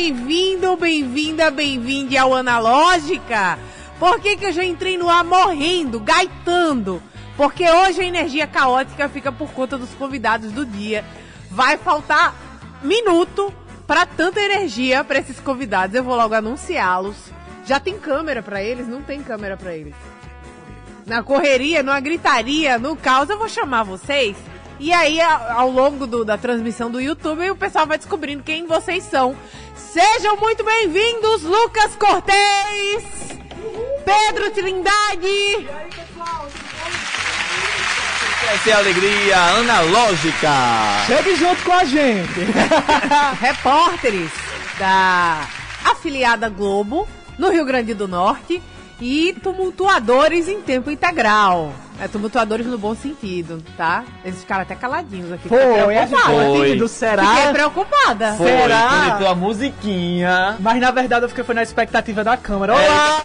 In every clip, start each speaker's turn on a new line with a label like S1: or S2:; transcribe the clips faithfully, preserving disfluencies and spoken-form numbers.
S1: bem-vindo, bem-vinda, bem-vinde ao Analógica. Por que que eu já entrei no ar morrendo, gaitando? Porque hoje a energia caótica fica por conta dos convidados do dia. Vai faltar minuto para tanta energia para esses convidados. Eu vou logo anunciá-los. Já tem câmera para eles? Não tem câmera para eles. Na correria, numa gritaria, no caos, eu vou chamar vocês. E aí, ao longo do, da transmissão do YouTube, o pessoal vai descobrindo quem vocês são. Sejam muito bem-vindos, Lucas Cortez, Pedro Trindade.
S2: E aí, pessoal, essa é a alegria analógica.
S3: Chegue junto com a gente.
S1: Repórteres da afiliada Globo, no Rio Grande do Norte, e tumultuadores em tempo integral. É, tumultuadores no bom sentido, tá? Eles ficaram até caladinhos aqui.
S3: Foi, foi. Será?
S1: Fiquei preocupada.
S2: Foi,
S3: Será?
S2: conectou a musiquinha.
S3: Mas na verdade eu fiquei foi na expectativa da câmera. Olá!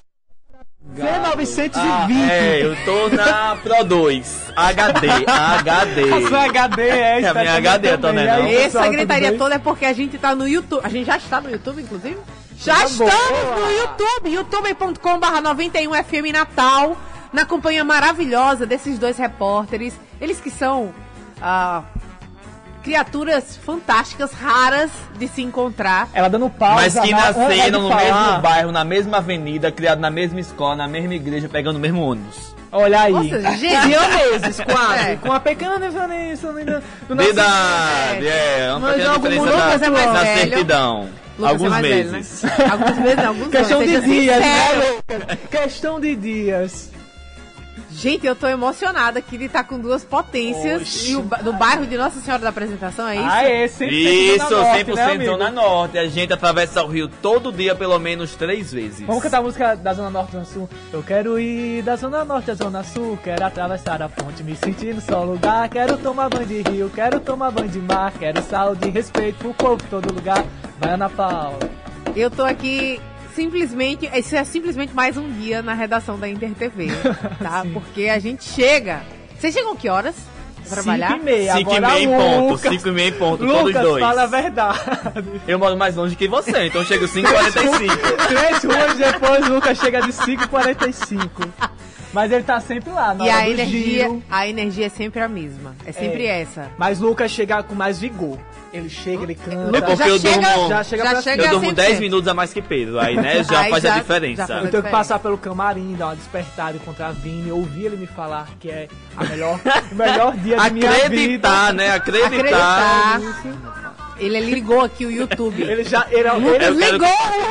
S3: C novecentos e vinte.
S2: Ah, é, eu tô na Pro dois. H D, H D.
S3: A sua H D é,
S2: É a minha H D, eu tô
S3: também.
S2: né, não?
S3: Aí,
S1: Essa
S3: pessoal,
S1: gritaria
S3: tudo bem?
S1: toda é porque a gente tá no YouTube. A gente já está no YouTube, inclusive? Já
S3: Tá
S1: estamos
S3: boa.
S1: no YouTube, youtube ponto com barra noventa e um F M Natal, na companhia maravilhosa desses dois repórteres. Eles que são ah, criaturas fantásticas, raras de se encontrar.
S3: Ela dando pausa.
S2: Mas que
S3: na- antes de
S2: nasceram no
S3: falar.
S2: mesmo bairro, na mesma avenida, criado na mesma escola, na mesma igreja, pegando o mesmo ônibus.
S3: Olha aí.
S1: Ou seja, gente-
S3: Siameses, quase.
S1: É.
S3: Com uma pequena diferença. No, no
S2: De idade, é, uma
S1: Mas
S2: pequena
S1: algum
S2: diferença
S1: Lucas
S2: da,
S1: é mais
S2: na
S1: velho.
S2: certidão.
S1: Lucas é
S2: Alguns
S1: mais velho,
S2: meses.
S1: né? Alguns meses, não, alguns
S3: Questão
S1: anos.
S3: de
S1: Seja
S3: dias,
S1: sincero.
S3: né, Lucas? Questão de dias.
S1: Gente, eu tô emocionada aqui de estar com duas potências.
S3: Oxi.
S1: E o ba- do bairro de Nossa Senhora da Apresentação, é isso?
S3: Ah, é, cem por cento
S2: Isso,
S3: Zona Norte,
S2: cem por
S3: né,
S2: cento
S3: amigo?
S2: Zona Norte. A gente atravessa o Rio todo dia, pelo menos três vezes.
S3: Vamos cantar a música da Zona Norte e Zona Sul. Eu quero ir da Zona Norte à Zona Sul, quero atravessar a ponte, me sentir no só lugar. Quero tomar banho de rio, quero tomar banho de mar. Quero saúde e respeito pro povo em todo lugar. Vai, Ana Paula.
S1: Eu tô aqui simplesmente, esse é simplesmente mais um dia na redação da Inter T V, tá?
S3: Sim.
S1: Porque a gente chega. Vocês chegam que horas pra trabalhar?
S3: cinco e meia.
S2: Cinco e
S3: Agora,
S2: meia em ponto,
S3: Lucas,
S2: cinco e meia em ponto, todos
S3: Lucas,
S2: dois.
S3: fala a verdade.
S2: Eu moro mais longe que você, então eu chego cinco e quarenta e cinco.
S3: Três ruas depois, Lucas chega de cinco e quarenta e cinco. Mas ele tá sempre lá, na
S1: E
S3: hora
S1: a
S3: do
S1: energia,
S3: giro.
S1: a energia é sempre a mesma. É sempre
S3: É.
S1: essa.
S3: Mas Lucas chega com mais vigor. Ele chega, ele canta.
S2: É porque
S1: já
S2: eu
S1: chega,
S2: durmo-
S3: já chega
S1: já
S3: pra
S1: chega
S2: Eu durmo
S1: cem por
S2: dez
S1: cento.
S2: minutos a mais que Pedro, aí né, já
S1: Aí
S2: faz
S1: já-
S2: a
S1: já
S2: diferença.
S1: faz
S3: Eu
S1: a
S3: tenho que
S1: diferença.
S3: passar pelo camarim, dar uma despertada, encontrar a Vini, ouvir ele me falar que é a melhor, o melhor dia da minha vida.
S2: Acreditar, né? Acreditar.
S1: Acreditar. Ele ligou aqui o YouTube.
S3: Ele já. Ele, ele,
S1: Lucas
S2: Eu quero-
S1: ligou!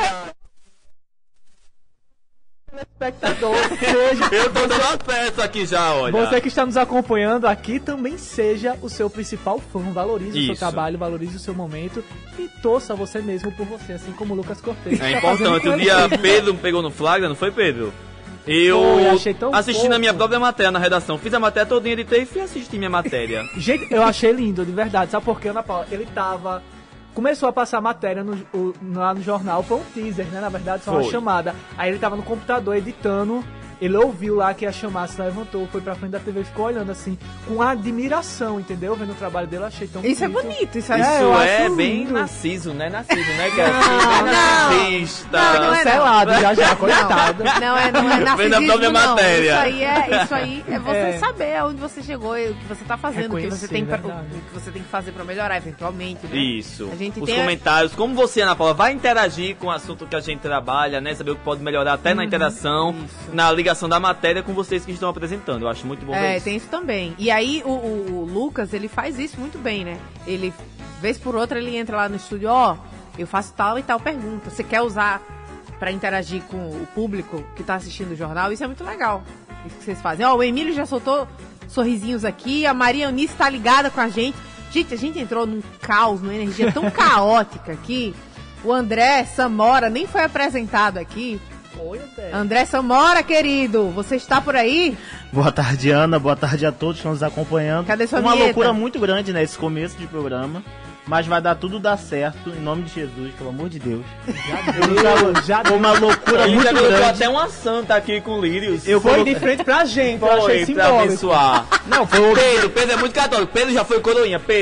S3: espectador, seja.
S2: Eu tô dando acesso aqui já, olha.
S3: Você que está nos acompanhando aqui também seja o seu principal fã. Valorize o seu
S2: Isso.
S3: trabalho, valorize o seu momento e torça você mesmo por você, assim como o Lucas Cortez.
S2: É
S3: tá fazendo
S2: importante.
S3: com
S2: O
S3: ele
S2: dia
S3: mesmo.
S2: Pedro pegou no flagra, não foi, Pedro? Eu
S3: Foi, achei tão
S2: assisti
S3: fofo.
S2: na minha própria matéria na redação. Fiz a matéria todinha, editei e fui assistir minha matéria.
S3: Gente, eu achei lindo, de verdade. Sabe por quê, Ana Paula? Ele tava. Começou a passar matéria no, o- lá no jornal, foi um teaser, né? Na verdade, só uma
S2: Foi.
S3: chamada. Aí ele tava no computador editando, ele ouviu lá que ia chamar, se levantou, foi pra frente da T V e ficou olhando assim, com admiração, entendeu? Vendo o trabalho dele, eu achei tão
S1: Isso é
S3: bonito.
S1: bonito, isso é,
S3: É,
S2: Isso
S3: eu
S2: é
S3: acho
S2: bem
S3: lindo.
S2: narciso, né? Narciso, né? Que é assim, bem
S1: não.
S2: narcisista.
S1: Não, não é
S3: Cancelado, já já, coitado.
S1: Não é, não é narcisismo,
S2: Vem da própria
S1: não.
S2: matéria.
S1: Isso aí é, isso aí é você
S3: É.
S1: saber aonde você chegou, e o que você tá fazendo, o que você
S3: Reconhecer,
S1: tem pra,
S3: verdade.
S1: o que você tem que fazer pra melhorar eventualmente, né?
S2: Isso.
S1: A gente
S2: Os
S1: tem
S2: comentários, como você, Ana Paula, vai interagir com o assunto que a gente trabalha, né? Saber o que pode melhorar até na interação,
S1: Uhum. isso.
S2: na ligação da matéria com vocês que estão apresentando. Eu acho muito bom ver
S1: É,
S2: isso.
S1: tem isso também. E aí o, o- o Lucas, ele faz isso muito bem, né? Ele, vez por outra, ele entra lá no estúdio, ó, eu faço tal e tal pergunta. Você quer usar pra interagir com o público que tá assistindo o jornal? Isso é muito legal. Isso que vocês fazem. Ó, o Emílio já soltou sorrisinhos aqui, a Maria Eunice tá ligada com a gente. Gente, a gente entrou num caos, numa energia tão caótica aqui. O André Samora nem foi apresentado aqui.
S3: Oi, André.
S1: André Samora, querido, você está por aí?
S4: Boa tarde, Ana. Boa tarde a todos que estão nos acompanhando.
S1: Cadê sua
S4: Uma
S1: vinheta?
S4: loucura muito grande, né? Esse começo de programa. Mas vai dar tudo dar certo, em nome de Jesus, pelo amor de Deus.
S3: Deu, já
S4: Foi uma loucura
S2: Ele
S4: muito
S2: já colocou
S4: grande.
S2: até uma santa aqui com lírios.
S4: Eu
S3: foi
S4: colo-
S3: de frente pra gente, eu achei
S2: Foi, pra
S3: simbólico.
S2: abençoar.
S4: Não, foi o...
S2: Pedro, Pedro é muito católico. Pedro já foi coroinha, Pedro.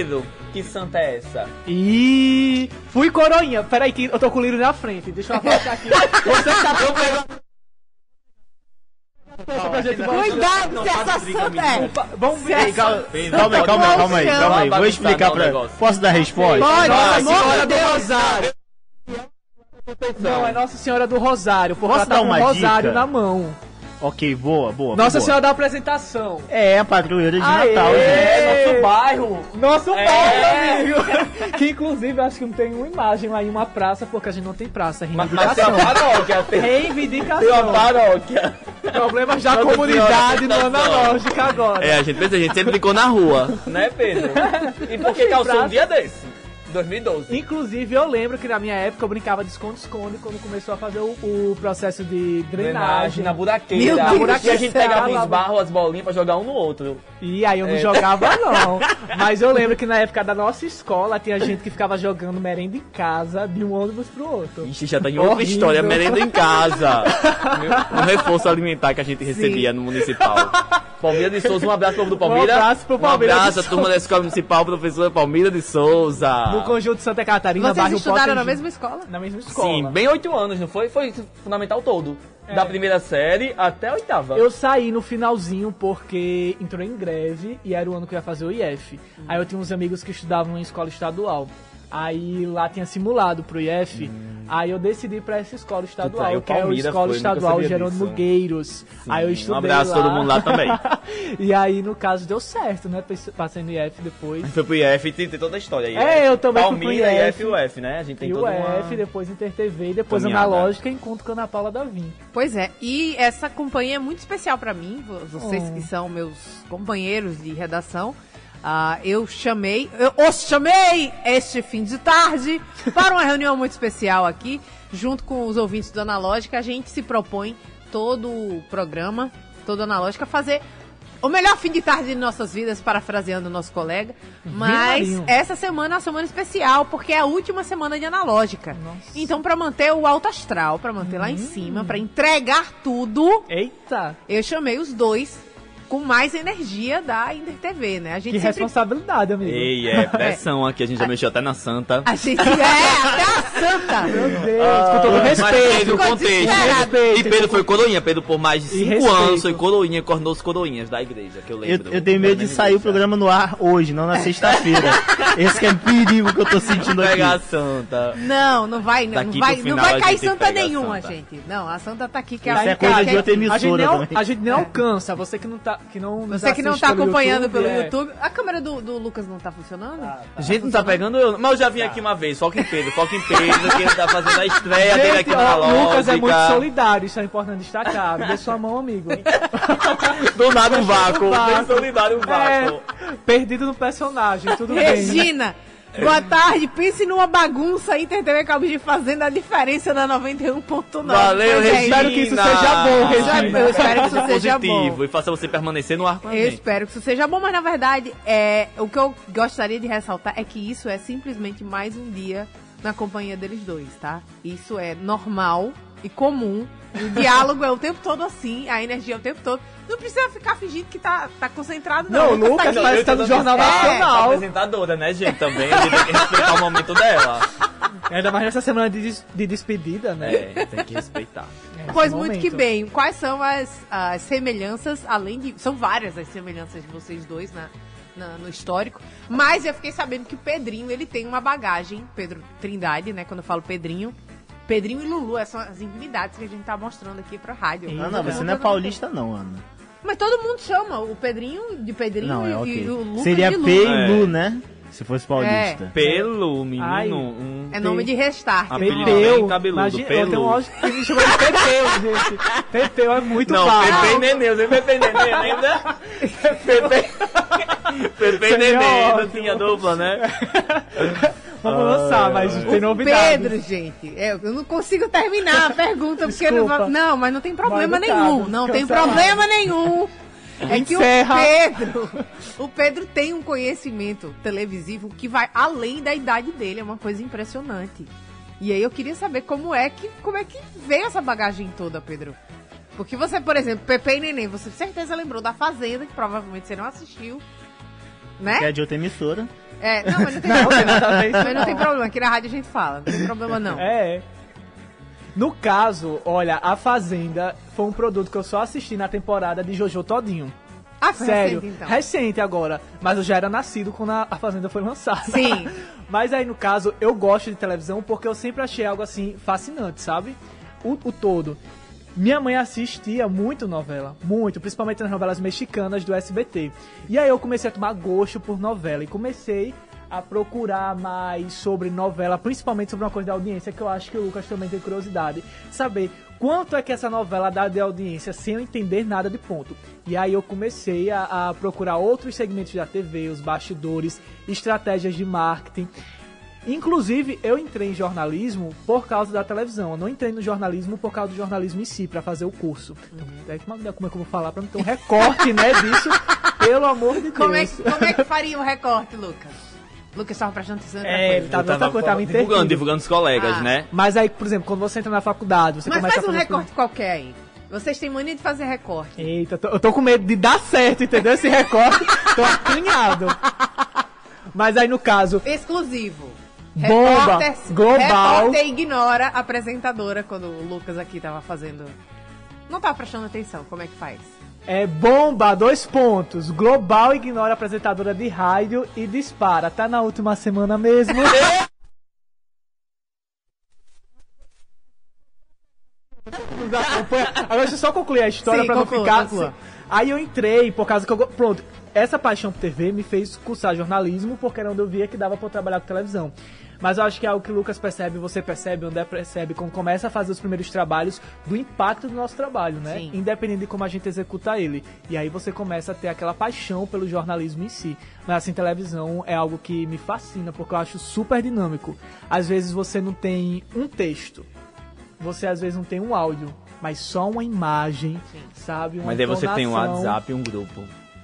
S2: Que santa é essa?
S3: E fui coroinha. Peraí que eu tô com o lírio na frente. Deixa eu abaixar aqui. Você tá pegando...
S1: Cuidado, se essa santa é.
S3: Vamos ver.
S4: Calma aí, calma aí, calma aí, calma aí. Vou explicar pra... Posso dar a resposta?
S1: Pode,
S3: Nossa
S1: pelo amor
S3: Senhora
S1: de
S3: do
S1: Deus.
S3: Rosário. Não, é Nossa Senhora do Rosário, porque
S4: Posso
S3: ela tá
S4: dar
S3: com
S4: uma
S3: um rosário
S4: dica?
S3: na mão.
S4: Ok, boa, boa.
S3: Nossa
S4: boa.
S3: Senhora da Apresentação.
S4: É, a padroeira de
S3: Aê!
S4: Natal, gente.
S2: É nosso bairro.
S3: Nosso
S2: É.
S3: bairro, amigo. Que inclusive eu acho que não tem uma imagem lá em uma praça, porque a gente não tem praça. É
S2: Mas, mas tem
S3: reivindicação.
S2: uma paróquia. Tem, tem uma
S3: Reivindicação.
S2: paróquia.
S3: Problemas da
S2: Nossa
S3: comunidade no
S2: Senhora da
S3: analógica agora.
S2: É, a gente pensa, a gente sempre ficou na rua, né, Pedro? E por que
S3: tem
S2: calçou
S3: praça.
S2: um dia desse? dois mil e doze.
S3: Inclusive, eu lembro que na minha época eu brincava de esconde-esconde quando começou a fazer o, o processo de drenagem.
S2: na buraqueira.
S1: Meu
S2: Na
S1: Deus,
S2: buraqueira. E a gente pegava
S3: lá-
S2: os barros, as bolinhas pra jogar um no outro.
S3: E aí eu não
S2: É.
S3: jogava não. Mas eu lembro que na época da nossa escola tinha gente que ficava jogando merenda em casa de um ônibus pro outro.
S2: Ixi, já tem outra
S3: Horrível.
S2: história, merenda em casa. Um reforço alimentar que a gente recebia no municipal. Palmeira de Souza, um abraço pro povo do Palmeira.
S3: Um abraço pro Palmeira
S2: Um abraço
S3: de
S2: à turma da Escola Municipal, professora Palmeira de Souza.
S3: No conjunto de Santa Catarina,
S1: Vocês
S3: bairro
S1: estudaram na
S3: Potengi.
S1: mesma escola?
S3: Na mesma escola.
S2: Sim, bem oito anos, não foi? Foi fundamental todo. Da primeira série até a oitava.
S3: Eu saí no finalzinho porque entrou em greve e era o ano que eu ia fazer o I F.
S2: Hum.
S3: Aí eu tinha uns amigos que estudavam em escola estadual. Aí lá tinha simulado pro I F. Aí eu decidi ir pra essa escola estadual,
S2: saiu
S3: que é a
S2: Palmira,
S3: Escola
S2: foi, nunca
S3: Estadual
S2: sabia
S3: Jerônimo
S2: disso.
S3: Gueiros. Aí eu estudei
S2: Um abraço a
S3: lá.
S2: todo mundo lá também.
S3: E aí, no caso, deu certo, né? Passei no I F depois.
S2: Foi pro I F e tem, tem toda a história aí.
S3: É, eu também fui pro
S2: Palmira,
S3: I
S2: I
S3: F.
S2: F e U F, né? A gente tem
S3: E o
S2: toda
S3: I
S2: uma...
S3: F, depois Inter T V, e depois
S2: caminhada.
S3: Analógica, encontro com a Ana Paula Davim.
S1: Pois é, e essa companhia é muito especial pra mim, vo- vocês
S3: Oh.
S1: que são meus companheiros de redação. Ah, eu chamei, eu os chamei este fim de tarde para uma reunião muito especial aqui, junto com os ouvintes do Analógica. A gente se propõe todo o programa, todo Analógica, a fazer o melhor fim de tarde de nossas vidas, parafraseando o nosso colega. Mas
S3: Marinho.
S1: essa semana é uma semana especial, porque é a última semana de Analógica.
S3: Nossa.
S1: Então, para manter o alto astral, para manter lá em cima, para entregar tudo,
S3: Eita!
S1: eu chamei os dois com mais energia da Inter T V, né? A gente
S3: Que
S1: sempre...
S3: responsabilidade, amigo.
S2: Ei, é pressão aqui, a gente já mexeu até na Santa.
S1: A gente é até a santa.
S3: Meu Deus, com todo
S2: Mas
S3: respeito.
S2: Pedro,
S1: ficou
S2: contexto.
S1: desesperado.
S2: E Pedro foi coroinha. Pedro, por mais de
S3: E
S2: cinco
S3: respeito.
S2: anos, foi coroinha, coordenou os coroinhas da igreja, que eu
S4: Eu,
S2: lembro.
S4: eu tenho medo de sair o programa no ar hoje, não na sexta-feira. Esse que é o perigo que eu tô sentindo
S2: Pegar a
S4: aqui.
S2: Santa.
S1: Não, não vai, não,
S2: Daqui
S1: não vai,
S2: pro
S1: não
S2: final
S1: vai
S2: a
S1: cair
S2: gente
S1: santa
S2: pega a
S1: nenhuma,
S2: santa.
S1: gente. Não, a santa tá aqui que
S4: Isso
S1: ela
S4: é coisa de outra
S3: A gente,
S4: emissora
S3: não,
S4: também.
S3: a gente não alcança, você que não tá, que não nos
S1: Você que não
S3: assiste
S1: tá
S3: pelo
S1: acompanhando
S3: YouTube,
S1: pelo
S3: é.
S1: YouTube. A câmera do, do Lucas não tá funcionando?
S2: A gente não tá pegando eu. Mas eu já vim aqui uma vez. Foca em Pedro, foca em Pedro, que ele tá fazendo a estreia dele aqui
S3: Gente,
S2: na
S3: ó, o Lucas é muito
S2: lógica.
S3: solidário, isso é importante destacar. Dê sua mão, amigo.
S2: Do nada um vácuo.
S3: vácuo.
S2: Bem solidário um vácuo.
S3: É, perdido no personagem, tudo bem.
S1: Regina, boa tarde. Pense numa bagunça. Inter T V acabou de fazendo a diferença na noventa e um ponto nove.
S2: Valeu,
S1: Pois é,
S2: Regina.
S3: Espero que isso seja bom,
S1: Regina. Eu espero que isso seja
S2: positivo
S1: bom.
S2: e faça você permanecer no ar com a
S1: Eu
S2: gente.
S1: espero que isso seja bom, mas na verdade, é, o que eu gostaria de ressaltar é que isso é simplesmente mais um dia na companhia deles dois, tá? Isso é normal e comum. O diálogo é o tempo todo assim, a energia é o tempo todo. Não precisa ficar fingindo que tá, tá concentrado, não.
S3: Não, o Lucas
S1: tá
S3: parece
S1: aqui.
S3: que tá no Jornal
S1: É,
S3: Nacional.
S2: apresentadora, né, gente? Também a gente tem que respeitar o momento dela.
S3: Ainda mais nessa semana de, des- de despedida, né?
S2: É, tem que respeitar.
S3: Nesse
S1: Pois
S3: momento.
S1: muito que bem. Quais são as, as semelhanças, além de... São várias as semelhanças de vocês dois na, na- no histórico. Mas eu fiquei sabendo que o Pedrinho, ele tem uma bagagem. Pedro Trindade, né? Quando eu falo Pedrinho. Pedrinho e Lulu, essas são as intimidades que a gente tá mostrando aqui pra rádio.
S4: Ana, você não é paulista não, Ana.
S1: Mas todo mundo chama o Pedrinho de Pedrinho
S4: Não, é
S1: e,
S4: ok.
S1: e o Lucas
S4: Seria
S1: de Lu.
S4: P e
S2: É.
S4: Lu, né? Se fosse paulista.
S2: Pelo menino,
S3: Ai.
S2: um...
S1: É nome de restart.
S2: Apelido
S1: né?
S2: bem
S3: Pepeu.
S2: cabeludo,
S3: Imagina,
S2: Pelu.
S3: eu tenho um áudio que me chama de Pepeu, gente. Pepeu é muito
S2: Não,
S3: fácil.
S2: Pepe e Nenê, você Pepe e Nenê, lembra? Pepe, Pepe e Nenê, não
S3: ótimo.
S2: tinha dupla, né?
S3: Vamos lançar, mas tem
S1: O
S3: novidades.
S1: Pedro, gente, é, eu não consigo terminar a pergunta porque eu não,
S3: Desculpa.
S1: vou- não, mas não tem problema
S3: Mal educado,
S1: nenhum, não tem
S3: cancelado.
S1: problema nenhum. É que o
S3: Encerra.
S1: Pedro, o Pedro tem um conhecimento televisivo que vai além da idade dele, é uma coisa impressionante. E aí eu queria saber como é que, como é que veio essa bagagem toda, Pedro. Porque você, por exemplo, Pepe e Neném, você com certeza lembrou da Fazenda, que provavelmente você não assistiu. né?
S4: Que é de outra emissora.
S1: É, não, mas não tem
S3: Não,
S1: problema.
S3: nada a ver.
S1: Mas não tem problema, aqui na rádio a gente fala, não tem problema não.
S3: É. No caso, olha, A Fazenda foi um produto que eu só assisti na temporada de Jojo todinho.
S1: Ah, foi
S3: Sério,
S1: recente, então.
S3: recente agora. Mas eu já era nascido quando a, a Fazenda foi lançada.
S1: Sim.
S3: Mas aí, no caso, eu gosto de televisão porque eu sempre achei algo assim fascinante, sabe? O, o todo. Minha mãe assistia muito novela, muito, principalmente nas novelas mexicanas do S B T. E aí eu comecei a tomar gosto por novela e comecei a procurar mais sobre novela, principalmente sobre uma coisa da audiência, que eu acho que o Lucas também tem curiosidade. Saber quanto é que essa novela dá de audiência sem eu entender nada de ponto. E aí eu comecei a, a procurar outros segmentos da T V, os bastidores, estratégias de marketing. Inclusive, eu entrei em jornalismo por causa da televisão. Eu não entrei no jornalismo por causa do jornalismo em si, pra fazer o curso. Então, é que uma ideia como é que eu vou falar pra não ter um recorte, né, disso, pelo amor de Deus.
S1: Como é, que- como é que faria um recorte, Lucas? Lucas estava prestando atenção em outra
S3: É,
S1: coisa.
S3: ele tava, outra coisa, tava
S2: divulgando,
S3: intertido.
S2: divulgando os colegas,
S1: Ah.
S2: né?
S3: Mas aí, por exemplo, quando você entra na faculdade, você
S1: Mas
S3: começa
S1: faz
S3: a
S1: um
S3: fazer...
S1: recorte qualquer aí. Vocês têm mania de fazer recorte.
S3: Eita, eu tô, eu tô com medo de dar certo, entendeu? Esse recorte, tô acanhado. Mas aí, no caso,
S1: Exclusivo.
S3: Bomba,
S1: Repórter-
S3: global.
S1: Repórter ignora a apresentadora quando o Lucas aqui tava fazendo... Não tava prestando atenção, como é que faz?
S3: é bomba, dois pontos. Global ignora a apresentadora de rádio e dispara. Tá na última semana mesmo. Nos acompanha. Agora deixa eu só concluir a história
S1: Sim,
S3: pra não
S1: conclua,
S3: ficar.
S1: conclua.
S3: Aí eu entrei por causa que eu. go- Pronto, essa paixão por T V me fez cursar jornalismo porque era onde eu via que dava pra eu trabalhar com televisão. Mas eu acho que é algo que o Lucas percebe, você percebe, o André percebe quando começa a fazer os primeiros trabalhos do impacto do nosso trabalho, né?
S1: Sim.
S3: Independente de como a gente executa ele. E aí você começa a ter aquela paixão pelo jornalismo em si. Mas assim, televisão é algo que me fascina porque eu acho super dinâmico. Às vezes você não tem um texto, você às vezes não tem um áudio, mas só uma imagem, sabe? Uma
S2: Mas aí você tem um
S3: entonação.
S2: WhatsApp e um grupo.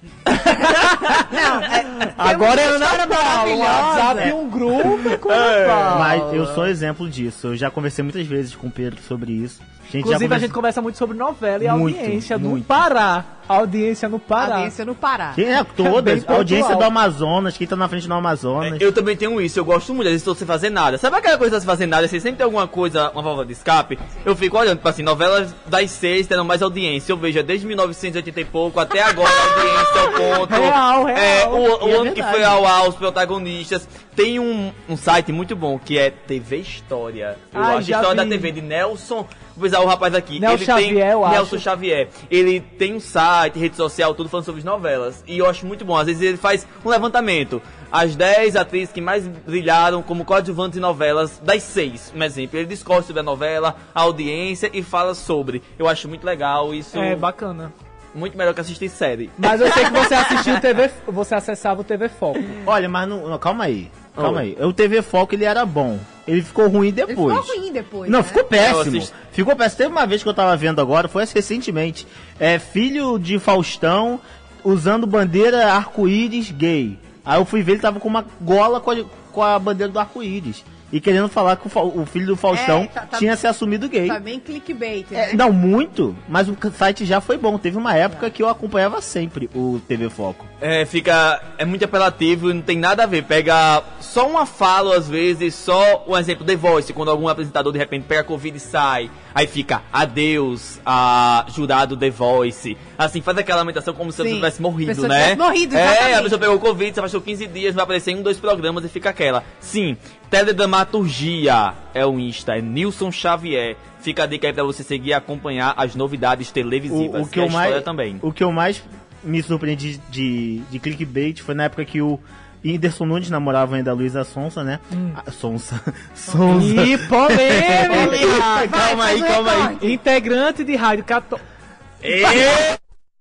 S1: Não, é,
S3: Agora é
S1: uma
S3: Ana
S1: história
S3: Paula, um
S1: maravilhosa.
S3: WhatsApp e um grupo com Ana Paula.
S4: Mas eu sou exemplo disso. Eu já conversei muitas vezes com o Pedro sobre isso. A gente
S3: Inclusive,
S4: já
S3: a
S4: conversa...
S3: gente conversa muito sobre novela e
S4: Muito,
S3: audiência no
S4: muito.
S3: Pará. Audiência no Pará.
S1: Audiência no Pará.
S4: Quem é
S3: Bem
S4: todas? A audiência
S3: pontual.
S4: do Amazonas, quem tá na frente do Amazonas.
S2: Eu também tenho isso, eu gosto muito, às vezes tô sem fazer nada. Sabe aquela coisa de sem fazer nada, você sempre tem alguma coisa, uma válvula de escape? Eu fico olhando, tipo assim, novelas das seis tendo mais audiência. Eu vejo é desde mil novecentos e oitenta e pouco até agora a audiência ao ponto.
S3: Real, real.
S2: É, o, o
S3: E é
S2: ano que
S3: verdade.
S2: foi ao ar, os protagonistas. Tem um, um site muito bom que é T V História. Eu
S3: Ai,
S2: acho
S3: já
S2: História
S3: vi.
S2: da T V de Nelson. Vou precisar o rapaz aqui.
S3: Nelson
S2: ele
S3: Xavier,
S2: tem
S3: eu
S2: Nelson
S3: acho.
S2: Xavier. Ele tem um site, rede social, tudo falando sobre as novelas. E eu acho muito bom. Às vezes ele faz um levantamento. As dez atrizes que mais brilharam como coadjuvantes em novelas das seis, um exemplo. Ele discorre sobre a novela, a audiência e fala sobre. Eu acho muito legal isso.
S3: É, bacana.
S2: Muito melhor que assistir série.
S3: Mas eu sei que você assistiu o T V, você acessava o T V Foco.
S4: Olha, mas não, não, calma aí. Calma
S2: Oi.
S4: aí. O T V Foco ele era bom. Ele ficou ruim
S1: Ele
S4: depois.
S1: ficou ruim depois,
S4: Não,
S1: né?
S4: ficou
S2: Eu
S4: péssimo.
S2: assisti-
S4: Ficou péssimo. Teve uma vez que eu tava vendo agora, foi recentemente. É filho de Faustão usando bandeira arco-íris gay. Aí eu fui ver, ele tava com uma gola com a, com a bandeira do arco-íris. E querendo falar que o, Fa- o filho do Faustão
S1: É, tá- tá-
S4: tinha se assumido gay.
S1: Tá bem clickbait,
S4: É,
S1: né?
S4: não, muito, mas o site já foi bom. Teve uma época que eu acompanhava sempre o T V Foco.
S2: É, fica. É muito apelativo e não tem nada a ver. Pega só uma fala, às vezes, só um exemplo, The Voice, quando algum apresentador de repente pega Covid e sai. Aí fica adeus a jurado The Voice. Assim, faz aquela lamentação como se a
S1: Sim.
S2: pessoa tivesse morrido,
S1: Pessoa
S2: né?
S1: tivesse morrido,
S2: é,
S1: exatamente.
S2: a pessoa pegou Covid, você passou quinze dias, vai aparecer em um, dois programas e fica aquela. Sim, teledramaturgia é o Insta, é Nilson Xavier. Fica a dica aí pra você seguir e acompanhar as novidades televisivas.
S4: O, o que
S2: e a
S4: eu mais,
S2: história também.
S4: o que eu mais me surpreendi de, de clickbait foi na época que o Whindersson Nunes namorava ainda a Luísa Sonsa, né? Ah, Sonsa. Sonsa.
S3: Ih, polêmica!
S4: calma aí, calma aí.
S3: Integrante de rádio católica.
S2: E...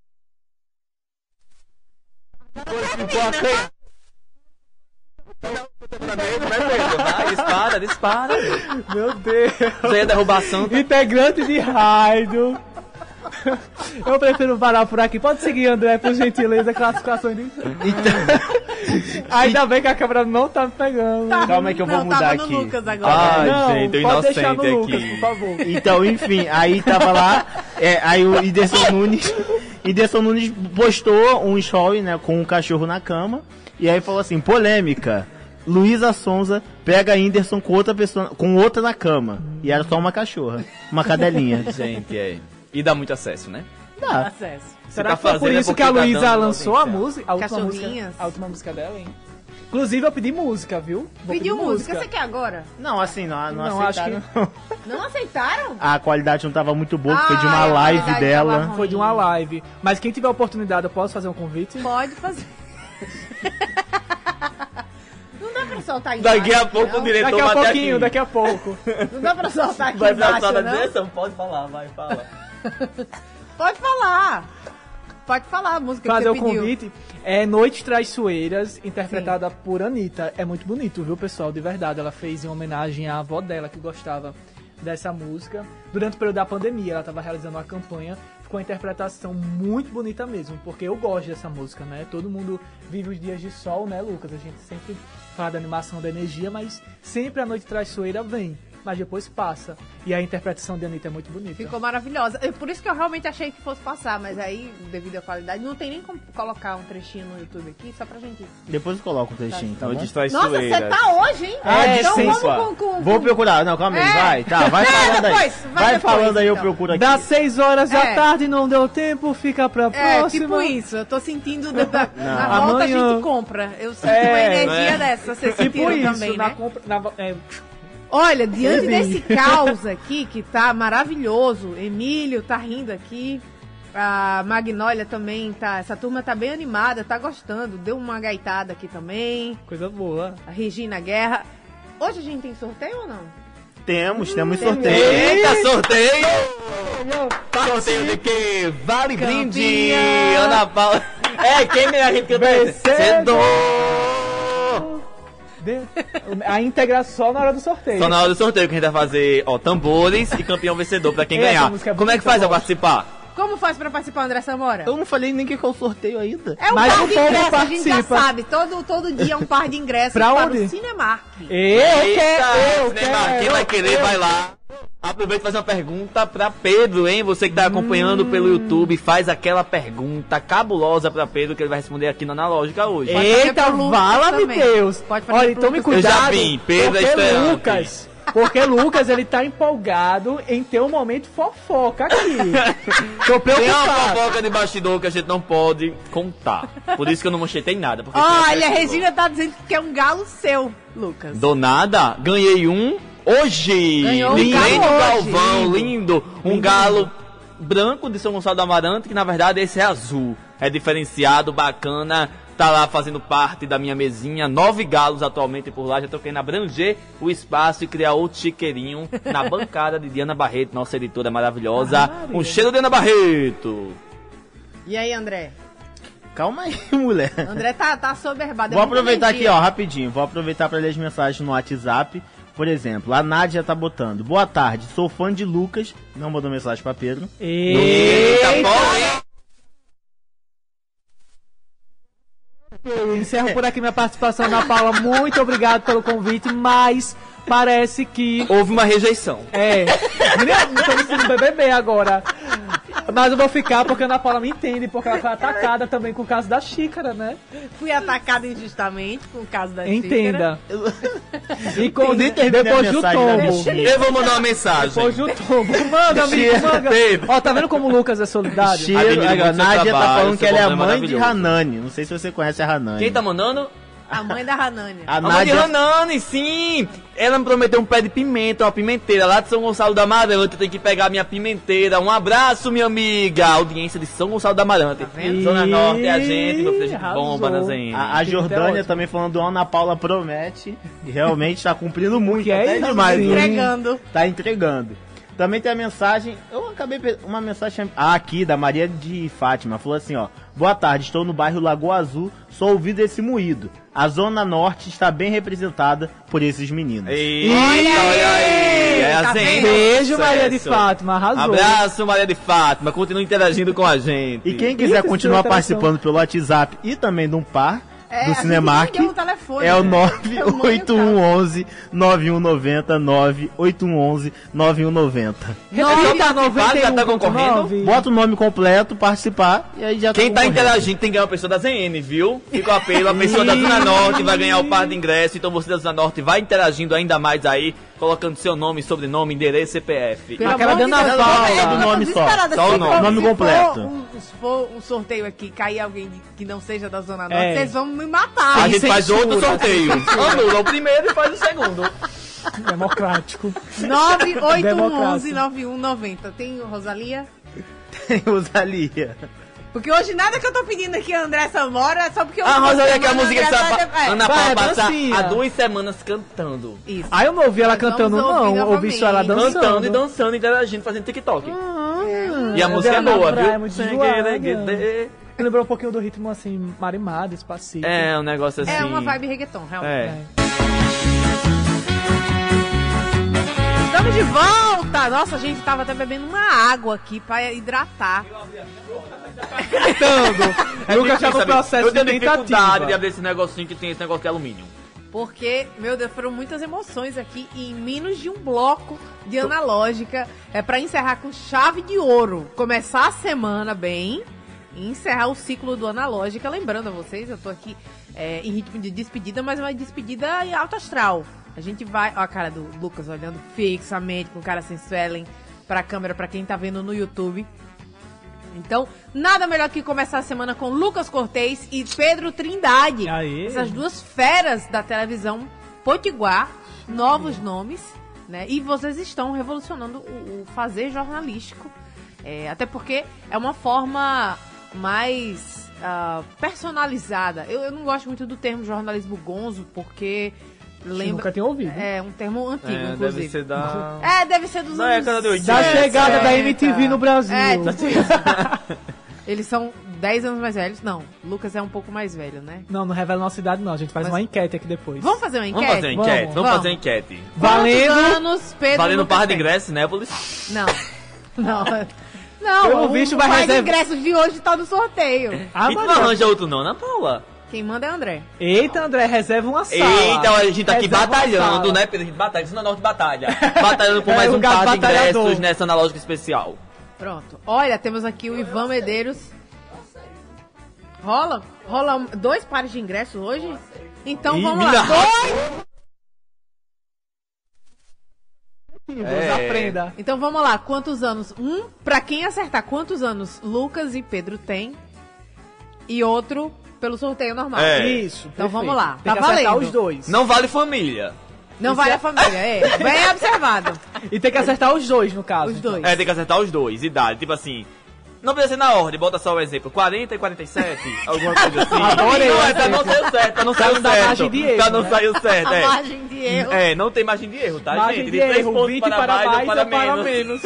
S2: Vai, dispara, dispara.
S3: Meu Deus!
S2: Você ia derrubar a Santa.
S3: Integrante de rádio. Eu prefiro parar por aqui. Pode seguir, André, por gentileza, classificações de... Ainda bem que a câmera não tá me pegando.
S4: Calma aí que eu vou
S1: Não,
S4: mudar
S1: tava no
S4: aqui.
S1: Lucas agora.
S2: Ai,
S3: Não,
S2: gente, eu
S3: pode deixar no
S2: inocente
S3: Lucas,
S2: aqui.
S3: por favor.
S4: Então, enfim, aí tava lá, é, aí o Whindersson Nunes, Whindersson Nunes postou um story, né, com um cachorro na cama, E aí falou assim, polêmica. Luísa Sonza pega a Whindersson com outra pessoa, com outra na cama. E era só uma cachorra, uma cadelinha.
S2: Gente, é. E dá muito acesso, né?
S4: Dá.
S1: Acesso.
S3: Será
S2: tá
S3: que foi por
S2: fazendo é
S3: isso
S2: porque
S3: que a
S2: tá
S3: Luísa
S2: dando
S3: lançou a
S2: potencial.
S3: música? A última música,
S1: Cachorrinhas.
S3: a última música dela, hein? Inclusive eu pedi música, viu? Vou
S1: Pediu
S3: pedir
S1: música, você quer agora?
S4: Não, assim, não, não,
S3: Não, acho
S4: aceitaram.
S3: que-
S1: Não aceitaram?
S4: A qualidade não tava muito boa, foi de
S1: Ah,
S4: uma
S1: a
S4: live
S1: qualidade
S4: dela.
S1: tava ruim.
S3: Foi de uma live. Mas quem tiver oportunidade, eu posso fazer um convite?
S1: Pode fazer. Não dá pra soltar
S2: Daqui
S1: embaixo,
S2: a pouco
S1: não.
S2: o diretor
S3: Daqui a
S2: bate
S3: pouquinho,
S2: aqui.
S3: daqui a pouco.
S1: Não dá pra soltar aqui
S2: Vai pra
S1: embaixo,
S2: sala da
S1: não?
S2: direção? Pode falar, vai, fala.
S1: Pode falar. Pode falar a música
S3: Fazer o
S1: que você pediu.
S3: convite. É Noites Traiçoeiras, interpretada por Anitta. É muito bonito, viu, pessoal? De verdade. Ela fez em homenagem à avó dela, que gostava dessa música. Durante o período da pandemia, ela estava realizando uma campanha. Ficou uma interpretação muito bonita mesmo, porque eu gosto dessa música, né? Todo mundo vive os dias de sol, né, Lucas? A gente sempre fala da animação, da energia, mas sempre a Noite Traiçoeira vem. Mas depois passa. E a interpretação de Anitta é muito bonita.
S1: Ficou maravilhosa. É por isso que eu realmente achei que fosse passar, mas aí, devido à qualidade, não tem nem como colocar um trechinho no YouTube aqui, só pra gente...
S4: Depois eu coloco um trechinho, tá bom?
S2: Noites
S1: Nossa,
S2: traiçoeiras.
S1: você tá hoje, hein?
S4: Ah,
S1: então
S4: desculpa.
S1: vamos com... com,
S4: Vou
S1: com...
S4: procurar. Não, calma aí,
S1: É.
S4: vai. Tá, vai
S1: É,
S4: falando aí.
S1: depois, vai
S4: Vai
S1: depois,
S4: falando aí, eu
S1: então.
S4: procuro aqui.
S3: Das seis horas da
S1: É.
S3: tarde não deu tempo, fica pra
S1: É,
S3: próxima.
S1: tipo isso. Eu tô sentindo... Da, da- na
S3: Amanhã-
S1: volta a gente compra. Eu sinto
S3: É,
S1: uma energia
S2: né?
S1: dessa. Vocês
S3: Tipo
S1: sentiram
S3: isso,
S1: também,
S3: na
S1: né?
S3: compra... Na, é,
S1: Olha, diante
S3: Sim.
S1: desse caos aqui, que tá maravilhoso, Emílio tá rindo aqui, a Magnólia também tá, essa turma tá bem animada, tá gostando, deu uma gaitada aqui também,
S3: coisa boa.
S1: a Regina Guerra. Hoje a gente tem sorteio ou não?
S4: Temos, temos
S1: Temos.
S4: sorteio.
S2: Eita, sorteio! Sorteio de quê? Vale brinde!
S1: Campeã.
S2: Ana Paula. É, quem me a gente canta?
S3: Vencedor.
S2: Vencedor!
S3: De- A íntegra só na hora do sorteio.
S2: Só na hora do sorteio que a gente vai fazer, ó, tambores e campeão vencedor pra quem
S3: Essa
S2: ganhar.
S3: música é
S2: Como é que
S3: bonita,
S2: faz
S3: eu
S2: pra
S3: gosto.
S2: participar?
S1: Como faz pra participar, André Samora?
S4: Eu não falei nem que é o sorteio ainda.
S1: É um
S3: Mas
S1: par
S3: o
S1: de
S3: povo
S1: ingressos, a gente já
S3: participa.
S1: sabe, todo, todo dia é um par de ingressos
S3: Pra
S1: para
S3: onde?
S1: o Cinemark.
S3: Eu
S2: Eita,
S3: quero, eu
S2: Neymar,
S3: quero.
S2: quem vai querer,
S3: eu-
S2: vai lá. Aproveita e faz uma pergunta pra Pedro, hein? Você que tá acompanhando pelo YouTube, faz aquela pergunta cabulosa pra Pedro que ele vai responder aqui na Analógica hoje.
S1: Pode fazer
S3: Eita,
S1: pro Lucas
S3: vala-me
S1: também.
S3: Deus.
S1: Pode fazer
S3: Olha,
S1: pro
S3: tome
S1: Lucas.
S2: Eu
S3: cuidado.
S2: já vim, Pedro é
S3: porque
S2: estreante.
S3: Lucas, porque Lucas, ele tá empolgado em ter um momento fofoca aqui. Tô
S2: Tem uma
S3: preocupado.
S2: fofoca de bastidor que a gente não pode contar. Por isso que eu não manchetei nada. porque tem
S1: Olha, a
S2: bastidor.
S1: Regina tá dizendo que quer um galo seu, Lucas.
S2: Do nada, ganhei um hoje.
S1: Ganhou um
S2: Lindo
S1: galo hoje.
S2: Galvão, lindo. Um galo branco de São Gonçalo do Amarante, que na verdade esse é azul. É diferenciado, bacana. Tá lá fazendo parte da minha mesinha. Nove galos atualmente por lá. Já tô querendo abranger o espaço e criar outro chiqueirinho na bancada de Diana Barreto, nossa editora maravilhosa.
S3: Ah,
S2: um cheiro, Diana Barreto.
S1: E aí, André?
S4: Calma aí, mulher.
S1: André tá, tá soberbado. é
S4: Vou
S1: muita
S4: aproveitar aqui,
S1: energia.
S4: ó, rapidinho. Vou aproveitar para ler as mensagens no WhatsApp. Por exemplo, a Nádia tá botando: boa tarde, sou fã de Lucas. Não mandou mensagem pra Pedro.
S2: Eita,
S3: Eita,
S2: bom, hein?
S3: eu encerro por aqui minha participação na Paula. Muito obrigado pelo convite, mas parece que...
S2: Houve uma rejeição.
S3: É, não tô me sentindo B B B agora. Mas eu vou ficar porque a Ana Paula me entende, porque ela foi atacada também com o caso da xícara, né?
S1: Fui atacada injustamente com o caso da xícara.
S3: Entenda. E com,
S4: nem terminei
S3: depois
S4: a
S3: do
S4: mensagem da
S3: tombo.
S4: bichinha.
S2: Eu vou mandar uma mensagem.
S3: Depois do tombo. Manda, amigo, manda.
S2: Pedro.
S3: Ó, tá vendo como o Lucas é solidário?
S4: Cheiro,
S2: Admiro
S4: a
S2: muito seu
S4: Nádia tá
S2: trabalho,
S4: falando que
S2: seu
S4: ela é a
S2: bom, é
S4: mãe de
S2: maravilhoso.
S4: Hanani. Não sei se você conhece a Hanani.
S2: Quem tá mandando?
S1: A mãe da Hanânia.
S4: A
S2: A mãe de
S4: Nádia.
S2: Hanani, sim! Ela me prometeu um pé de pimenta, uma pimenteira lá de São Gonçalo da Amarante. Eu tenho que pegar minha pimenteira. Um abraço, minha amiga! Audiência de São Gonçalo da Amarante.
S3: vendo?
S2: Zona Norte é a gente, meu filho, a gente
S3: Arrasou.
S2: bomba na Zen.
S4: A, a
S3: Tem que ter
S4: Jordânia
S3: ótimo.
S4: também falando: Ana Paula promete. E realmente tá cumprindo muito.
S3: Que é
S4: até
S3: isso,
S4: demais.
S3: sim.
S4: hoje.
S1: Entregando.
S4: Tá entregando. Também tem a mensagem, eu acabei pe- uma mensagem ah, aqui da Maria de Fátima, falou assim, ó: boa tarde, estou no bairro Lagoa Azul, sou ouvido esse moído. A Zona Norte está bem representada por esses meninos.
S2: Eita,
S1: Olha
S2: olha aí! É
S1: tá
S2: a Zen.
S1: vendo?
S3: Beijo, Maria de
S2: Sucesso.
S3: Fátima, arrasou.
S2: Abraço, Maria de Fátima. Continue interagindo com a gente.
S4: E quem quiser
S3: Isso,
S4: continuar
S3: interação.
S4: participando pelo WhatsApp e também de um par,
S1: É, a
S4: do
S1: gente
S4: Cinemark.
S1: nem deu o telefone,
S4: É o
S1: né?
S4: nove oito um um um nove um nove zero, nove oito um um nove um nove zero.
S2: Repete a noventa já tá concorrendo?
S4: Bota o nome completo, participar, e aí já
S2: Quem tá
S4: concorrendo.
S2: interagindo tem que ganhar uma pessoa da Z N, viu? Fica o apelo, a pessoa da Zona Norte vai ganhar o par de ingresso, então você da Zona Norte vai interagindo ainda mais aí, colocando seu nome, sobrenome, endereço, C P F.
S1: Pelo
S3: Aquela
S1: amor de
S3: Dana
S1: Deus,
S3: Paula.
S1: eu tô
S4: Do nome só.
S1: desesperada.
S2: Só o
S1: Se
S2: nome.
S1: for-
S4: Nome
S1: se
S4: completo.
S1: For um, se for um sorteio aqui, cair alguém de- que não seja da Zona Norte,
S3: É.
S1: vocês vão me matar.
S2: A gente faz
S3: censura,
S2: outro sorteio. Anula o primeiro e faz o segundo.
S3: Democrático.
S1: nove oito um um
S3: Democrácia.
S1: nove um nove zero. Tem Rosalia?
S4: Tem Rosalia.
S1: Porque hoje nada que eu tô pedindo aqui a André Samora, só porque eu...
S2: A Rosalia, que é a
S1: André
S2: música que
S1: tá-
S2: a
S1: é.
S2: Ana
S3: Vai,
S2: Paula passa
S3: dancinha.
S2: há duas semanas cantando.
S1: Isso.
S3: Ah, eu não ouvi ela
S1: Nós vamos
S3: cantando,
S1: ouvir
S3: não. Ouvi só ela
S1: novamente.
S3: dançando.
S2: Cantando e dançando, interagindo, fazendo TikTok. E a
S3: eu
S2: música é
S3: vi ela na
S2: boa,
S3: praia,
S2: viu?
S3: muito
S2: Sem
S3: zoada.
S2: querer, querer.
S3: Lembrou um pouquinho do ritmo, assim, marimado, espacito.
S2: É, um negócio assim.
S1: É uma vibe reggaeton, realmente.
S2: É.
S1: Estamos de volta! Nossa, a gente tava até bebendo uma água aqui pra hidratar.
S3: Cantando. Lucas já no
S2: Sabe,
S3: processo
S2: eu tenho
S3: de
S2: dificuldade
S3: tentativa.
S2: de abrir esse negocinho que tem esse negócio de alumínio.
S1: Porque, meu Deus, foram muitas emoções aqui em menos de um bloco de analógica. É pra encerrar com chave de ouro. Começar a semana bem e encerrar o ciclo do analógica. Lembrando a vocês, eu tô aqui é, em ritmo de despedida, mas uma despedida em alto astral. A gente vai... Ó a cara do Lucas olhando fixamente, com cara sem swelling, pra câmera, pra quem tá vendo no YouTube. Então, nada melhor que começar a semana com Lucas Cortez e Pedro Trindade.
S3: Aê.
S1: Essas duas feras da televisão potiguar, novos nomes, né? E vocês estão revolucionando o, o fazer jornalístico. É, até porque é uma forma mais ah, personalizada. Eu, eu não gosto muito do termo jornalismo gonzo, porque lembra...
S3: Nunca tinha ouvido.
S1: É um termo antigo,
S2: É,
S1: inclusive.
S2: deve ser da...
S1: É, deve ser dos
S2: Da
S1: anos...
S2: década de oitenta.
S3: Da chegada
S1: É,
S3: da M T V
S1: tá.
S3: no Brasil.
S1: É, tipo isso. Eles são dez anos mais velhos? Não. Lucas é um pouco mais velho, né?
S3: Não, não revela nossa idade, não. A gente faz
S1: Mas-
S3: uma enquete aqui depois.
S1: Vamos fazer uma enquete?
S2: Vamos fazer uma enquete?
S3: Vamos,
S2: Vamos,
S1: vamos.
S2: fazer uma enquete.
S3: Valendo.
S1: Quantos anos Pedro
S2: Valendo
S1: Lucas
S2: par de
S1: tem?
S2: ingressos, Népolis.
S1: Não. Não. Não,
S3: Pelo
S1: o,
S3: visto
S1: o
S3: vai
S1: par
S3: reserva-
S1: de ingressos de hoje tá no sorteio.
S3: Ah,
S2: e tu não
S3: Maria.
S2: arranja outro não, Ana Paula?
S1: Quem manda é André.
S3: Eita, André, reserva uma sala.
S2: Eita, a gente tá aqui
S3: Reserva uma
S2: batalhando,
S3: sala.
S2: né, Pedro? A gente batalha, Zona Norte batalha. Batalhando por
S3: É,
S2: mais
S3: o
S2: um
S3: gato
S2: par de
S3: batalhador.
S2: ingressos nessa analógica especial.
S1: Pronto. Olha, temos aqui o Ivan Medeiros. Rola? Rola dois pares de ingressos hoje? Então
S2: Ih,
S1: vamos
S2: mina
S1: lá. Dois!
S2: É.
S3: Aprenda.
S1: Então vamos lá. Quantos anos? Um, pra quem acertar quantos anos Lucas e Pedro têm. E outro pelo sorteio normal.
S2: É.
S3: Isso.
S1: Então
S3: perfeito.
S1: vamos lá.
S3: Tem
S1: Tá
S3: que acertar
S1: valendo.
S3: os dois.
S2: Não vale família.
S1: Não
S3: Isso
S1: vale
S3: é-
S1: a família, é. Bem observado.
S3: E tem que acertar os dois, no caso.
S1: Os dois.
S2: É, tem que acertar os dois, idade. Tipo assim, não precisa ser na ordem, bota só o exemplo. quarenta e quarenta e sete, alguma coisa assim.
S3: Adorei
S2: Não,
S3: o
S2: é pra não
S3: exemplo.
S2: ser o certo, pra não
S3: Pra
S2: sair
S3: não
S2: o
S3: dar
S2: certo.
S3: margem de erro,
S2: Pra não
S3: né?
S2: sair o certo,
S1: A
S2: é.
S1: margem de erro.
S2: É, não tem margem de erro, tá,
S3: Margem
S2: gente?
S3: de
S2: três
S3: erro,
S2: pontos
S3: vinte
S2: para,
S3: para
S2: mais,
S3: mais
S2: ou para
S3: ou para
S2: menos.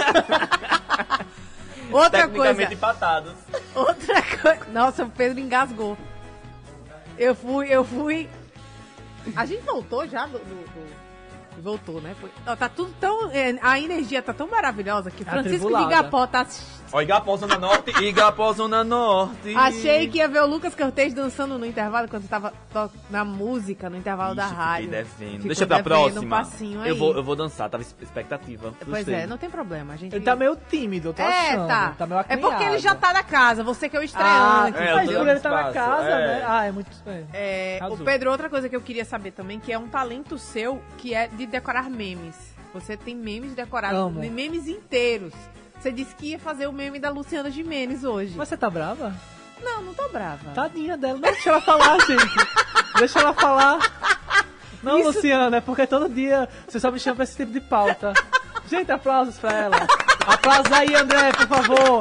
S1: Outra
S2: Tecnicamente
S1: coisa.
S2: empatados.
S1: Outra coisa. Nossa, o Pedro engasgou. Eu fui, eu fui. A gente voltou já do. do- do- Voltou, né? Foi- Ó, tá tudo tão. é, A energia tá tão maravilhosa que Francisco de
S3: Atribulada.
S1: Igapó tá.
S2: Ó, Igapó, Zona Norte, Igapó, Zona Norte.
S1: Achei que ia ver o Lucas Cortez dançando no intervalo quando tava to- na música, no intervalo da
S2: Ixi,
S1: rádio.
S2: fiquei devendo.
S1: Ficou
S2: Deixa pra
S1: devendo um
S2: próxima.
S1: passinho aí.
S2: eu, vou, eu vou dançar, tava expectativa.
S1: Pois
S2: Gostei.
S1: é, não tem problema. A gente...
S3: Ele tá meio tímido, eu tô
S1: É,
S3: achando.
S1: tá.
S3: Tá meio
S1: é porque ele já tá na casa, você que é o
S3: Ah,
S1: estreante.
S3: que
S2: É, eu
S3: faz
S2: tô
S3: por
S2: dando
S3: ele tá na
S2: espaço,
S3: casa,
S2: é.
S3: né? Ah, é muito... É.
S1: É, o
S3: Arrasou.
S1: Pedro, outra coisa que eu queria saber também, que é um talento seu, que é de decorar memes. Você tem memes decorados,
S3: Amo.
S1: memes inteiros. Você disse que ia fazer o meme da Luciana Gimenez hoje.
S3: Mas você tá brava?
S1: Não, não tô brava.
S3: Tadinha dela. Não, deixa ela falar, gente. Deixa ela falar. Não,
S1: Isso-
S3: Luciana, é porque todo dia você só me chama pra esse tipo de pauta. Gente, aplausos pra ela. Aplausos aí, André, por favor.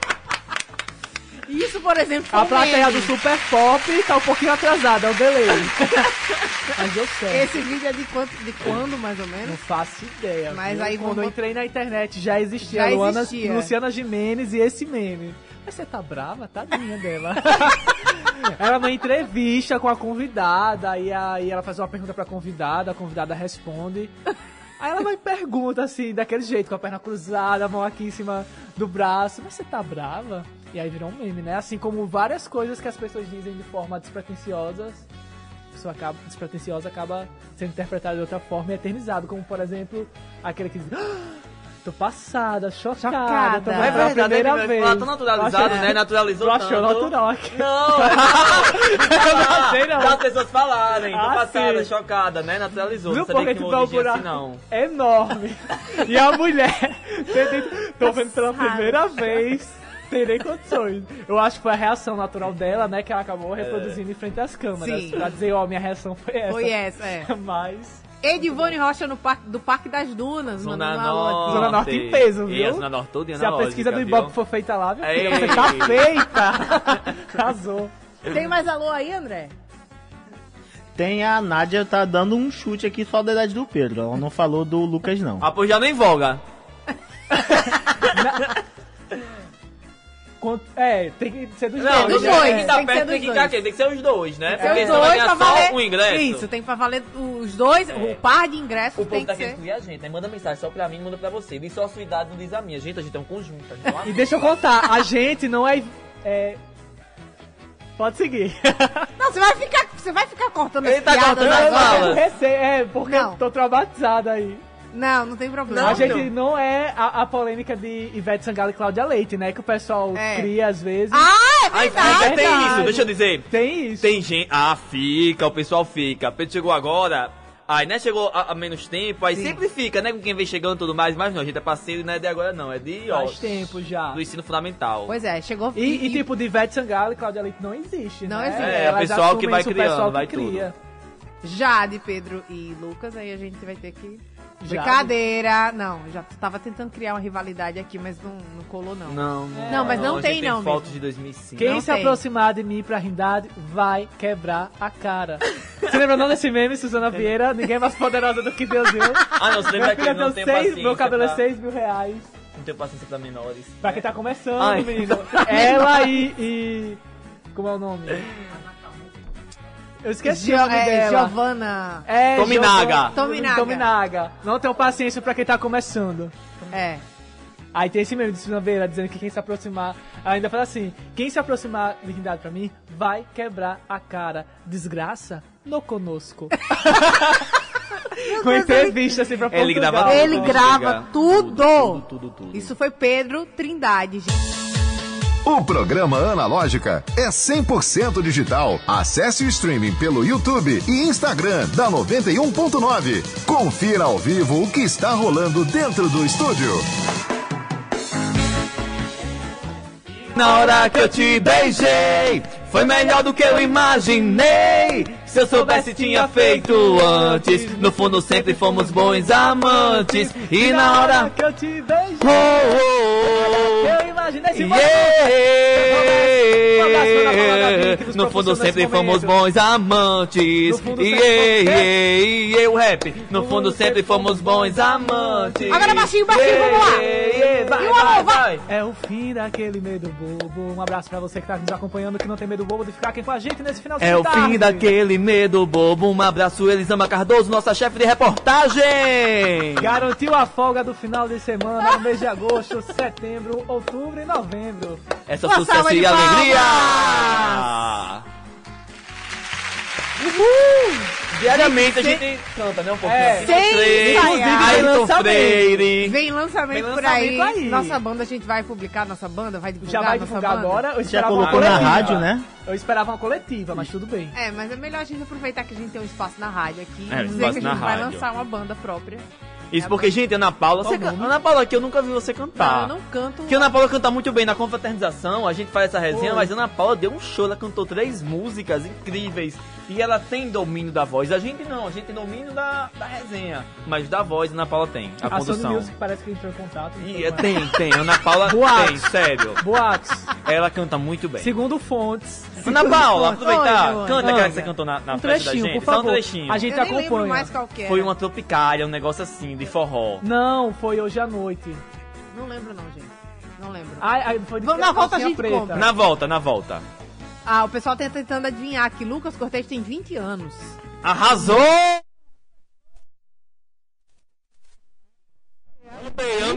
S1: Isso, por exemplo, foi
S3: A
S1: um
S3: plateia
S1: meme.
S3: do Super Pop tá um pouquinho atrasada, é o delay. Mas deu certo.
S1: Esse vídeo é de, quanto, de quando, mais ou
S3: Não
S1: menos?
S3: faço ideia.
S1: Mas
S3: viu?
S1: aí
S3: quando
S1: vamos-
S3: eu entrei na internet já existia,
S1: Já
S3: Luana,
S1: existia.
S3: Luciana Gimenez e esse meme. Mas você tá brava? Tadinha dela. Ela numa entrevista com a convidada, aí, aí ela faz uma pergunta pra convidada, a convidada responde. Aí ela vai e pergunta assim, daquele jeito, com a perna cruzada, a mão aqui em cima do braço. Mas você tá brava? E aí virou um meme, né? Assim como várias coisas que as pessoas dizem de forma despretensiosas, a pessoa acaba, despretensiosa acaba sendo interpretada de outra forma e eternizado. Como, por exemplo, aquele que diz... "Ah, tô passada, chocada,
S1: Chocada.
S3: tô
S1: É
S3: vendo pela
S2: verdade,
S3: primeira
S2: é
S3: vez.
S2: Ela tá naturalizado,
S3: Eu achei-
S2: né? Naturalizou
S3: Tu achou
S2: tanto.
S3: natural aqui.
S2: Não, é
S3: Eu não sei, não.
S2: das pessoas falarem, tô
S3: Ah,
S2: passada,
S3: sim.
S2: chocada, né? Naturalizou,
S3: Viu
S2: não sabia
S3: porque
S2: que
S3: tu
S2: tinha uma
S3: vai um
S2: origem assim,
S3: buraco
S2: não.
S3: enorme. E a mulher, tem- tô vendo pela
S1: Passada.
S3: primeira vez, tem nem condições. Eu acho que foi a reação natural dela, né, que ela acabou reproduzindo em frente às câmeras.
S1: Sim.
S3: Pra dizer, ó, minha reação foi essa.
S1: Foi essa, é.
S3: Mas...
S1: Edivone Rocha no parque, do Parque das Dunas,
S2: Zona
S1: mandando um alô aqui.
S2: Norte.
S3: Zona Norte em peso,
S2: E
S3: viu?
S2: a Zona Norte toda
S3: Se a pesquisa do Ibope for feita lá, viu, filha, você
S2: Ei.
S3: tá feita. Arrasou.
S1: Tem mais alô aí, André?
S4: Tem a Nádia, tá dando um chute aqui só da idade do Pedro. Ela não falou do Lucas, não.
S2: Ah, pois já nem voga.
S3: Quanto- É, tem que ser dos
S2: Não,
S3: dois.
S1: dos
S3: né?
S1: dois.
S2: Quem
S3: É.
S2: tá
S1: tem que ser
S2: perto
S1: dos
S2: tem que
S1: dois.
S2: ficar quem? Tem que ser os dois, né?
S1: Tem
S2: Porque
S1: que ser
S2: senão
S1: os
S2: vai
S1: dois
S2: ganhar
S1: pra valer.
S2: só um ingresso.
S1: Isso, tem pra valer os dois,
S2: É.
S1: o par de ingressos
S2: O
S1: tem
S2: povo tá
S1: que
S2: querendo
S1: ser.
S2: excluir a gente, né? Manda mensagem só pra mim, manda pra você. Diz só a sua idade, não diz a minha. Gente, a gente é um conjunto. A gente é um
S3: E
S2: amigo.
S3: deixa eu contar, a gente não é... é... Pode seguir.
S1: Não, você vai ficar, você vai ficar cortando
S2: Ele
S1: as
S2: tá
S1: piadas
S2: cortando as
S1: agora.
S2: falas.
S3: Eu rece- É, porque
S1: Não.
S3: eu tô traumatizado aí.
S1: Não, não tem problema.
S2: Não,
S3: a gente
S2: então.
S3: não é a, a polêmica de Ivete Sangalo e Cláudia Leite, né? Que o pessoal
S1: É.
S3: cria às vezes.
S1: Ah, é
S2: Ai,
S1: verdade.
S2: fica, tem
S3: verdade.
S2: isso, deixa eu dizer.
S3: Tem isso.
S2: Tem gente. Ah, fica, o pessoal fica. Pedro chegou agora. Aí, né, chegou há, há menos tempo, aí
S1: Sim.
S2: sempre fica, né, com quem vem chegando e tudo mais, mas não, a gente é parceiro, não é de agora não, é de, ó,
S3: Faz tempo já.
S2: do ensino fundamental.
S1: Pois é, chegou...
S3: E, e tipo, de Ivete Sangalo e Cláudia Leite não existe,
S1: Não
S3: né?
S1: existe.
S2: É, o
S3: Elas
S2: pessoal que
S3: assumem
S2: vai
S3: isso, o
S2: criando,
S3: pessoal que
S2: vai
S3: cria.
S1: Jade, Pedro e Lucas, aí a gente vai ter que...
S3: Jade?
S1: Brincadeira. Não, já tava tentando criar uma rivalidade aqui, mas não, não colou, não.
S2: Não, não,
S1: Não, mas não
S2: a
S1: tem,
S2: gente
S1: não,
S2: tem fotos
S1: mesmo.
S2: de dois mil e cinco.
S3: Quem
S1: Não
S3: se
S1: tem.
S3: aproximar de mim pra Rindade vai quebrar a cara. Você lembra não desse meme, Suzana Vieira? Ninguém é mais poderosa do que Deus, viu?
S2: Ah, não, você
S3: Minha
S2: lembra que
S3: filha
S2: ele não
S3: deu
S2: tem
S3: seis,
S2: paciência
S3: meu cabelo
S2: pra...
S3: é seis mil reais.
S2: Não tenho paciência pra menores.
S3: Pra quem tá começando,
S2: Ai.
S3: menino. Ela e, e... Como é o nome? Eu esqueci
S1: Gio,
S3: o nome
S1: é,
S3: dela.
S1: Giovana...
S3: É,
S2: Tominaga.
S3: Giovana-
S1: Tominaga.
S3: Tominaga. Não tenho paciência pra quem tá começando.
S1: É.
S3: Aí tem esse meme de Suzana Vieira dizendo que quem se aproximar... Ela ainda fala assim, quem se aproximar de Rindade pra mim vai quebrar a cara. Desgraça? No conosco. Com entrevista assim pra Portugal.
S2: Ele grava
S1: Ele
S2: Tudo,
S1: grava
S2: chega.
S1: tudo.
S2: Tudo, tudo, tudo.
S1: Isso foi Pedro Trindade, gente.
S5: O programa Analógica é cem por cento digital. Acesse o streaming pelo YouTube e Instagram da noventa e um ponto nove. Confira ao vivo o que está rolando dentro do estúdio.
S2: Na hora que eu te beijei, foi melhor do que eu imaginei. Se eu soubesse, tinha feito antes. No fundo, sempre fomos bons amantes. E na hora.
S3: que eu te beijei,
S2: Oh, oh,
S3: eu imaginei esse
S2: oh,
S3: momento. Um abraço pra Ana Paula Gabi,
S2: yeah.
S3: que nos
S2: No fundo,
S3: proporcionou
S2: sempre
S3: esse
S2: fomos
S3: momento.
S2: bons amantes.
S3: No fundo,
S2: Yeah,
S3: sempre fomos-
S2: yeah, yeah, o rap. No fundo, sempre fomos bons amantes.
S1: Agora baixinho, baixinho, vamos lá.
S2: Yeah, yeah, vai,
S1: E o amor,
S2: vai,
S1: vai.
S2: vai.
S3: É o fim daquele medo bobo. Um abraço pra você que tá nos acompanhando, que não tem medo bobo de ficar aqui com a gente nesse final de
S2: É o
S3: tarde.
S2: fim daquele medo bobo. Um abraço, Elisama Cardoso, nossa chefe de reportagem.
S3: Garantiu a folga do final de semana no mês de agosto, setembro, outubro e novembro.
S2: Essa
S1: Uma
S2: sucesso
S1: salva de
S2: e alegria. Diariamente a gente canta, né? Um pouquinho
S3: É.
S2: assim.
S1: Sem
S2: Freire,
S1: ensaiar.
S2: Ayrton
S3: Lançamento.
S2: Freire.
S1: Vem lançamento,
S3: Vem
S1: por
S3: lançamento
S1: aí.
S3: aí.
S1: Nossa banda, a gente vai publicar nossa banda, vai divulgar
S3: Já vai
S1: nossa
S3: divulgar
S1: banda.
S3: agora. Eu
S4: Já
S3: esperava uma
S4: colocou na
S3: coletiva.
S4: rádio, né?
S3: Eu esperava uma coletiva, mas tudo bem.
S1: É, mas é melhor a gente aproveitar que a gente tem um espaço na rádio aqui
S2: É,
S1: e dizer
S2: espaço
S1: que a
S2: na
S1: gente vai
S2: rádio.
S1: lançar uma banda própria.
S2: Isso porque, gente, Ana Paula, você
S3: Qual o
S2: can...
S3: nome?
S2: Ana Paula, aqui eu nunca vi você cantar.
S1: Não, eu não canto.
S2: Porque a Ana Paula canta muito bem na confraternização, a gente faz essa resenha,
S3: Oi.
S2: mas a Ana Paula deu um show, ela cantou três músicas incríveis. E ela tem domínio da voz. A gente não, a gente tem domínio da, da resenha. Mas da voz, a Ana Paula tem. A,
S3: A Sony
S2: condução.
S3: Music parece que entrou em contato.
S2: E,
S3: foi
S2: é,
S3: com
S2: tem, tem. A Ana Paula
S3: Boatos.
S2: tem, sério.
S3: ela. Boatos.
S2: Ela canta muito bem.
S3: Segundo fontes.
S2: Ana Paula,
S1: Oi,
S2: aproveitar.
S1: oi,
S2: Canta
S3: oi.
S2: aquela que você cantou na, na
S3: Um
S2: festa da
S3: trechinho,
S2: gente.
S3: por
S2: Só um
S3: favor.
S2: trechinho.
S3: A gente
S1: Eu nem lembro
S3: acompanha.
S1: mais qual que é.
S2: Foi uma tropicália, um negócio assim, de forró.
S3: Não, foi hoje à noite.
S1: Não lembro não, gente. Não lembro.
S3: Ai, ai, foi de
S1: Vamos na volta, a
S3: calcinha
S1: gente
S3: preta.
S1: compra.
S2: Na volta, na volta.
S1: Ah, o pessoal tá tentando adivinhar que Lucas Cortez tem vinte anos.
S2: Arrasou! Amei,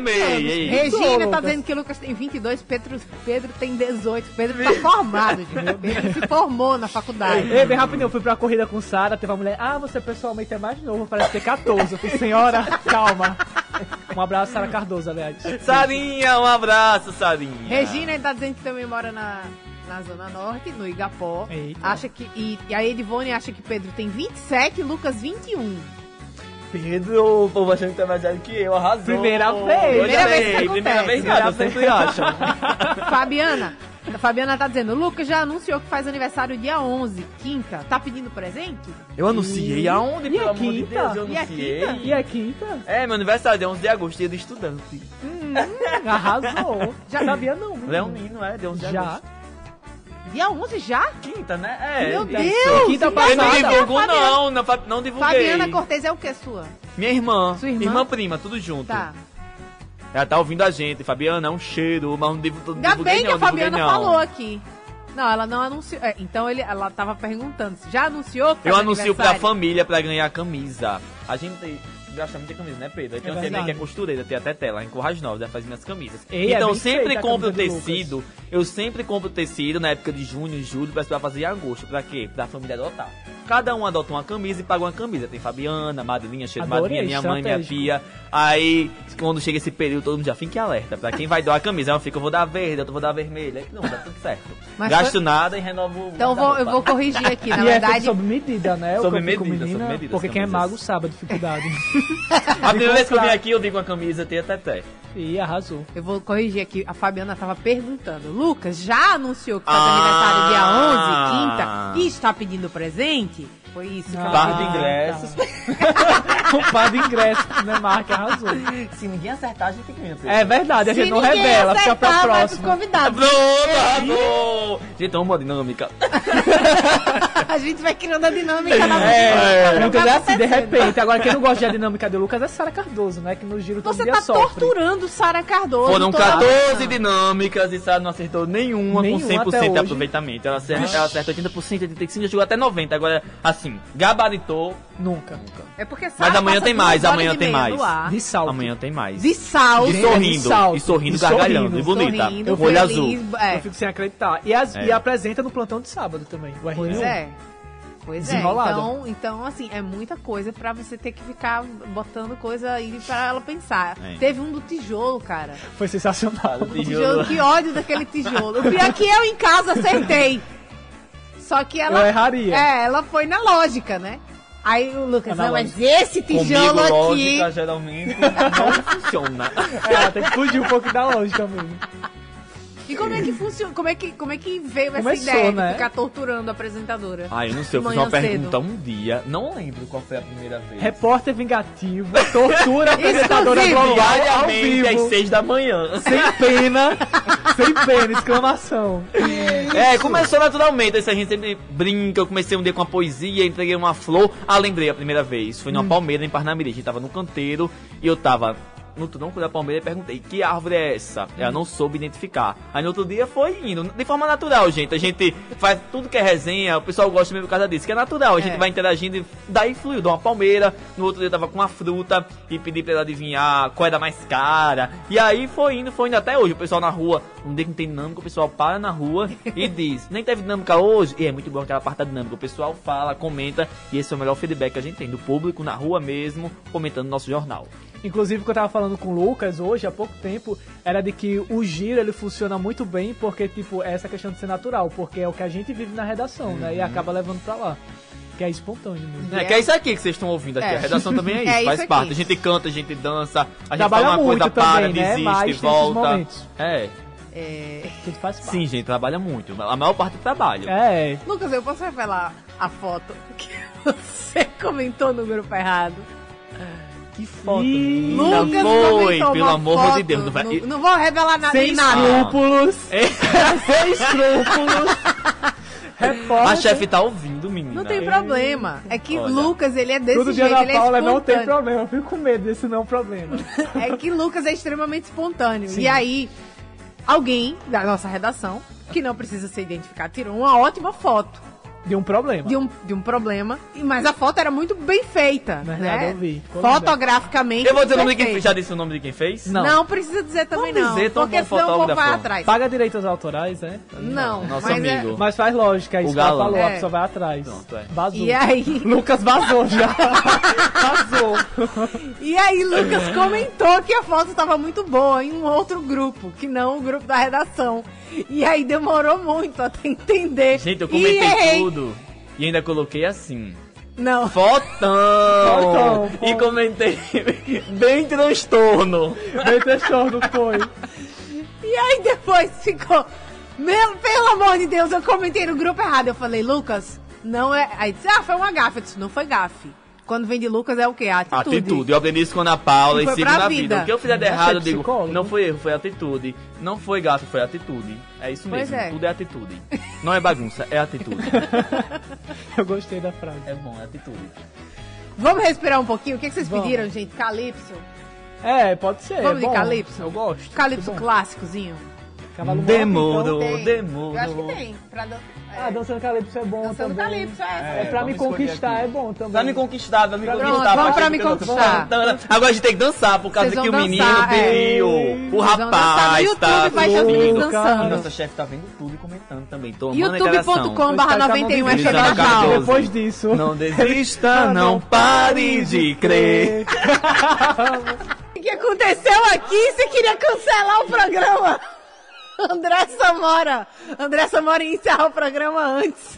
S2: amei. Ei.
S1: Regina tá
S3: Lucas.
S1: dizendo que Lucas tem vinte e dois, Pedro, Pedro tem dezoito. Pedro tá formado, gente. Pedro se formou na faculdade.
S3: Ei, bem rapidinho, eu fui pra corrida com Sara, teve uma mulher, ah, você pessoalmente é mais novo, parece ter quatorze. Eu fiz, senhora, calma. Um abraço, Sara Cardoso, aliás.
S2: Sarinha, um abraço, Sarinha.
S1: Regina ele tá dizendo que também mora na, na Zona Norte, no Igapó.
S3: Eita.
S1: Acha que, e, e a Edivone acha que Pedro tem vinte e sete e Lucas vinte e um.
S2: Pedro, o povo achando que tá mais velho que eu, arrasou.
S3: Primeira vez.
S1: Primeira vez que
S2: Primeira
S1: acontece.
S2: vez nada, eu sempre acho.
S1: Fabiana, a Fabiana tá dizendo, Lucas já anunciou que faz aniversário dia onze, quinta. Tá pedindo presente?
S2: Eu anunciei aonde,
S3: E
S2: pelo
S3: a
S2: amor de
S3: quinta?
S2: Deus, eu
S1: E a
S2: anunciei.
S1: quinta?
S3: E a quinta?
S2: É, meu aniversário é onze de agosto, dia de estudante.
S3: Hum, arrasou. Já sabia não. menino.
S2: Leonino, é, de onze de
S3: Já.
S2: agosto.
S1: Dia onze já?
S2: Quinta, né? É.
S1: Meu
S2: isso.
S1: Deus!
S3: Quinta
S2: Eu não
S3: passada.
S2: divulgo,
S1: Fabiana-
S2: não, não, fa- não divulguei.
S1: Fabiana Cortez é o que sua?
S2: Minha irmã.
S1: Sua irmã?
S2: prima, tudo junto.
S1: Tá.
S2: Ela tá ouvindo a gente. Fabiana, é um cheiro, mas não divu- não
S1: Ainda
S2: divulguei
S1: bem
S2: não,
S1: que a
S2: divulguei
S1: Fabiana
S2: não.
S1: falou aqui. Não, ela não anunciou. É, então ele, ela tava perguntando. Já anunciou? que
S2: Eu
S1: faz
S2: anuncio pra
S1: aniversário?
S2: família pra ganhar camisa. A gente gasta muita camisa, né, Pedro? Tem uma
S3: verdade.
S2: tia minha que é costureira, tem até tela em Currais Novas, ela faz minhas camisas.
S3: Ei, é
S2: então eu
S3: bem
S2: sempre
S3: feita a
S2: compro
S3: camisa do
S2: tecido, eu sempre compro tecido na época de junho, julho, pra pra fazer em agosto. Pra quê? Pra família adotar. Cada um adota uma camisa e paga uma camisa. Tem Fabiana, madrinha, cheia de
S3: Adorei,
S2: madrinha, minha mãe, minha
S3: estratégico.
S2: tia. Aí, quando chega esse período, todo mundo já fica em alerta. Pra quem vai doar a camisa, eu fico, eu vou dar verde, eu vou dar vermelha. Aí, não, dá tudo certo.
S1: Mas
S2: Gasto
S1: foi-
S2: nada e renovo.
S1: Então eu vou, eu
S2: guarda-roupa.
S1: vou corrigir aqui. Na
S3: E é feito
S1: verdade,
S3: sob medida, né?
S2: Sob
S3: o que eu fico,
S2: medida,
S3: menina,
S2: sob medida,
S3: porque
S2: as
S3: quem é
S2: camisas.
S3: mago sabe a dificuldade.
S2: A primeira vez que eu vim
S3: comprar.
S2: aqui, eu digo uma camisa, tem até até.
S3: E arrasou.
S1: eu vou corrigir aqui. A Fabiana tava perguntando. Lucas já anunciou que faz
S2: Ah.
S1: aniversário dia onze, quinta, e está pedindo presente? Foi isso que
S3: Ah.
S1: ela
S2: Par de
S1: pediu.
S2: ingressos.
S3: Um par de ingresso, né, Marca? Arrasou.
S2: Se ninguém acertar, a gente tem que ganhar.
S3: É verdade, a
S1: Se
S3: gente não
S1: ninguém
S3: revela, fica pra
S1: acertar, vai pros
S3: próxima.
S1: convidados.
S2: Pronto, arrasou! Gente, é uma dinâmica.
S1: A gente vai criando a dinâmica na
S3: É,
S1: vai
S3: não entendeu assim, de
S1: acontecendo.
S3: repente. Agora, quem não gosta da dinâmica de Lucas é Sara Cardoso, né? Que no giro todo
S1: Você
S3: dia
S1: tá
S3: sofre.
S1: torturando Sara Cardoso.
S2: Foram
S1: toda
S2: quatorze
S1: semana.
S2: dinâmicas e Sara não acertou nenhuma,
S3: Nenhuma
S2: com cem por
S3: até
S2: cento de
S3: hoje.
S2: aproveitamento. Ela acerta, ela acerta oitenta por cento, oitenta e cinco por cento, já chegou até noventa por cento. Agora, assim, gabaritou.
S3: Nunca.
S1: É porque Sara
S2: Mas amanhã
S1: passa
S2: tem
S1: duas
S2: mais,
S1: horas
S2: amanhã
S1: e
S2: tem
S1: meia
S2: mais.
S1: no ar.
S3: De salto.
S2: Amanhã tem mais.
S1: De salto.
S2: E
S3: Gente,
S2: sorrindo,
S3: de salto.
S2: e sorrindo,
S3: E
S2: gargalhando,
S3: sorrindo,
S2: e bonita.
S1: sorrindo,
S2: Olho
S1: feliz,
S2: azul.
S1: É.
S3: Eu fico sem acreditar. E, as-
S2: É.
S3: e apresenta no plantão de sábado também. O R um.
S1: Pois é. Pois é.
S3: Desenrolada.
S1: Então, então, assim, é muita coisa pra você ter que ficar botando coisa aí pra ela pensar.
S2: É.
S1: Teve um do tijolo, cara.
S3: Foi sensacional.
S2: O
S1: Tijolo,
S2: tijolo.
S1: que ódio daquele tijolo. O pior é que eu em casa acertei. Só que ela.
S3: Eu erraria.
S1: É, ela foi na lógica, né? Aí o Lucas,
S3: É na
S1: não, mas esse tijolo
S2: Comigo,
S1: aqui.
S2: lógica, geralmente, não funciona.
S3: É, tem que fugir um pouco da lógica mesmo.
S1: E como é que funciona? Como é que, como é que veio essa
S3: Começou,
S1: ideia
S3: né?
S1: de ficar torturando a apresentadora?
S2: Ah, eu não sei, eu
S1: De
S2: fiz uma
S1: manhã
S2: pergunta
S1: cedo.
S2: um dia, não lembro qual foi a primeira vez.
S3: Repórter vingativo, tortura a apresentadora
S1: Exclusivo.
S3: global ao
S2: Diariamente, às
S3: vivo.
S2: seis da manhã.
S3: Sem pena, sem pena, exclamação.
S2: É, começou naturalmente, isso a gente sempre brinca, eu comecei um dia com uma poesia, entreguei uma flor, ah, lembrei a primeira vez, foi numa palmeira em Parnamirim, a gente tava no canteiro, e eu tava no tronco da palmeira e perguntei, que árvore é essa? Ela não soube identificar. Aí no outro dia foi indo, de forma natural, gente, a gente faz tudo que é resenha, o pessoal gosta mesmo por causa disso, que é natural, a gente
S1: É.
S2: vai interagindo, e daí fluiu, deu uma palmeira, no outro dia eu tava com uma fruta, e pedi pra ela adivinhar qual era a mais cara, e aí foi indo, foi indo até hoje, o pessoal na rua, um dia que não tem dinâmica, o pessoal para na rua e diz, nem teve dinâmica hoje, e é muito bom aquela parte da dinâmica, o pessoal fala, comenta, e esse é o melhor feedback que a gente tem, do público na rua mesmo, comentando no nosso jornal.
S3: Inclusive, o que eu tava falando com o Lucas hoje, há pouco tempo, era de que o giro, ele funciona muito bem porque, tipo, é essa questão de ser natural, porque é o que a gente vive na redação, né? E acaba levando pra lá. Que é espontâneo mesmo.
S2: É, que é isso aqui que vocês estão ouvindo aqui,
S1: É.
S2: a redação também é isso,
S1: É isso
S2: faz
S1: aqui.
S2: parte, a gente canta, a gente dança, a gente
S3: Trabalha
S2: fala uma
S3: muito
S2: coisa,
S3: também,
S2: para,
S3: né?
S2: desiste,
S3: Mas tem esses
S2: volta.
S3: momentos.
S2: É,
S1: É...
S3: Tudo faz parte.
S2: sim, gente, trabalha muito, a maior parte do trabalho.
S3: É,
S1: Lucas, eu posso revelar a foto que você comentou no grupo errado?
S2: Que foto,
S3: Ih,
S2: menina,
S1: Lucas
S2: foi,
S1: comentou
S2: pelo
S1: uma
S2: amor
S1: foto,
S2: de Deus, não vai...
S1: Não, não vou revelar nada.
S3: sem
S1: nem nada.
S3: escrúpulos.
S2: É.
S3: Sem escrúpulos. Repórter.
S2: A chefe tá ouvindo, menina.
S1: Não tem problema. É que
S2: Olha.
S1: Lucas, ele é desse
S3: Tudo dia
S1: jeito,
S3: da
S1: ele é
S3: Paula não tem
S1: espontâneo.
S3: problema. Eu fico com medo desse não problema.
S1: É que Lucas é extremamente espontâneo.
S3: Sim.
S1: E aí, alguém da nossa redação, que não precisa ser identificado, tirou uma ótima foto.
S3: De um problema.
S1: de um, de um problema, e- mas a foto era muito bem feita,
S3: Verdade,
S1: né?
S3: eu vi. Ficou
S1: Fotograficamente.
S2: Eu vou dizer o nome de quem
S1: perfeito.
S2: fez. Já disse o nome de quem fez?
S3: Não.
S1: Não, precisa dizer também
S2: Vamos
S1: não,
S2: dizer, tão
S1: porque
S2: bom
S1: senão o povo vai
S2: fotógrafo.
S1: atrás.
S3: Paga direitos autorais, né?
S1: Não,
S2: Nosso
S1: mas é-
S2: amigo.
S3: Mas faz lógica, é isso
S2: O
S3: que ela
S2: galã.
S3: falou,
S1: É.
S3: a pessoa vai atrás.
S2: Pronto, é.
S3: Vazou.
S1: E aí,
S3: Lucas vazou já. Vazou.
S1: e aí Lucas comentou que a foto estava muito boa em um outro grupo, que não o grupo da redação. E aí demorou muito até entender.
S2: Gente, eu
S1: E
S2: comentei
S1: errei.
S2: tudo. E ainda coloquei assim.
S1: Não.
S2: Fotão!
S3: Fotão,
S2: E
S3: fotão.
S2: comentei bem transtorno.
S3: Bem transtorno foi.
S1: E aí depois ficou, meu, pelo amor de Deus, eu comentei no grupo errado. Eu falei, Lucas, não é. Aí disse, ah, foi uma gafe. Eu disse, não foi gafe. Quando vem de Lucas é o quê? A atitude.
S2: Atitude. Eu aprendi isso com a Ana Paula
S1: E
S2: e
S1: foi
S2: sigo
S1: pra
S2: na
S1: vida.
S2: vida. O que eu fizer de
S3: Você é
S2: errado, eu digo,
S3: psicólogo?
S2: não foi erro, foi atitude. Não foi gato, foi atitude. É isso
S1: Pois
S2: mesmo,
S1: é.
S2: tudo é atitude. Não é bagunça, é atitude.
S3: Eu gostei da frase.
S2: É bom, é atitude.
S1: Vamos respirar um pouquinho? O que, que vocês
S3: Vamos.
S1: pediram, gente? Calypso?
S3: É, pode ser.
S1: Vamos de
S3: bom.
S1: Calypso?
S3: Eu gosto.
S1: Calypso
S3: Muito bom.
S1: clássicozinho?
S3: Cavalo Morto,
S2: Demorou,
S1: Tem.
S2: demorou.
S1: Eu acho que tem. Pra dan-
S3: então. Ah, dançando Calypso é bom
S1: Dançando
S3: também.
S1: Calypso, é.
S3: É, pra
S2: vamos
S3: me
S2: escolher
S3: conquistar
S2: aqui.
S3: é bom também.
S2: Pra me conquistar, pra me
S3: Pronto,
S2: conquistar.
S1: vamos
S2: pra
S1: pra
S2: que
S1: me
S2: que eu tô
S1: conquistar.
S2: cantando? Agora a gente tem que dançar, por causa
S1: Vocês
S2: que o
S1: vão
S2: menino
S1: dançar,
S2: pediu.
S1: é.
S2: O
S1: Vocês vão dançar no
S2: rapaz
S1: YouTube,
S2: tá
S1: vai ter vídeos
S2: vindo.
S1: dançando.
S2: E nossa chefe tá vendo tudo e comentando também. Tomando
S1: youtube ponto com barra noventa e um é
S2: Elisana
S1: chegar já.
S2: Cardoso.
S3: Depois disso.
S2: Não desista, não pare de crer.
S1: O que aconteceu aqui? Você queria cancelar o programa? André Samora. André Samora ia encerrar o programa antes.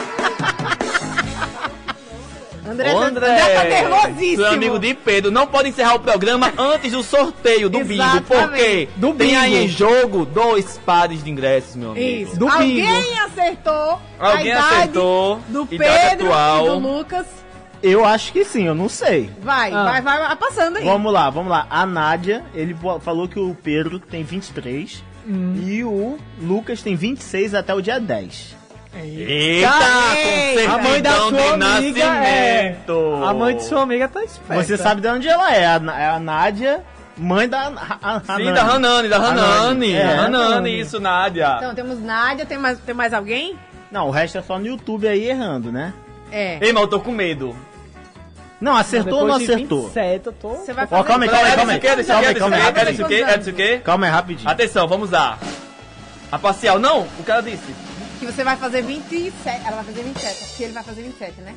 S1: André,
S2: Ô,
S1: tá-
S2: André,
S1: André tá nervosíssimo.
S2: seu amigo de Pedro, não pode encerrar o programa antes do sorteio do bingo.
S1: Exatamente.
S2: Porque
S3: Do
S2: tem
S3: bingo.
S2: aí em jogo dois pares de ingressos, meu amigo.
S1: Isso.
S3: Do
S1: Alguém
S3: bingo.
S1: acertou
S2: Alguém
S1: a idade
S2: acertou,
S1: do
S2: idade
S1: Pedro
S2: atual.
S1: e do Lucas.
S4: Eu acho que sim, eu não sei.
S1: Vai,
S3: Ah.
S1: vai, vai, vai passando aí.
S4: Vamos lá, vamos lá. A Nádia, ele bo- falou que o Pedro tem vinte e três e o Lucas tem vinte e seis até o dia dez.
S2: Eita,
S1: Ei,
S2: com
S3: A mãe da
S2: certidão
S3: sua
S2: de
S3: amiga é.
S2: nascimento.
S3: A mãe de sua amiga tá esperta.
S4: Você sabe de onde ela é? A, Na- é a Nádia, mãe da a, a,
S2: Sim, da Hanani, da Hanani.
S4: Hanani.
S2: É,
S4: É,
S2: Hanani,
S3: Hanani.
S2: isso, Nádia.
S1: Então temos Nádia, tem mais, tem mais alguém?
S4: Não, o resto é só no YouTube aí errando, né?
S1: É.
S2: Ei, mas eu tô com medo.
S4: Não, acertou ou não
S3: Depois de
S4: acertou?
S3: vinte e sete, eu tô...
S1: Você vai
S4: Ó,
S1: fazer...
S4: calma aí, calma aí,
S2: É
S4: calma
S2: desse o quê? É
S4: aí.
S2: desse o
S4: Calma
S2: quê?
S4: aí, calma aí,
S2: É desse o
S4: rapidinho.
S2: quê? É desse o quê?
S4: Calma aí, rapidinho.
S2: Atenção, vamos lá. A parcial, não, o cara disse.
S1: Que você vai fazer vinte e sete. Ela vai fazer vinte e sete. Que ele vai fazer vinte e sete, né?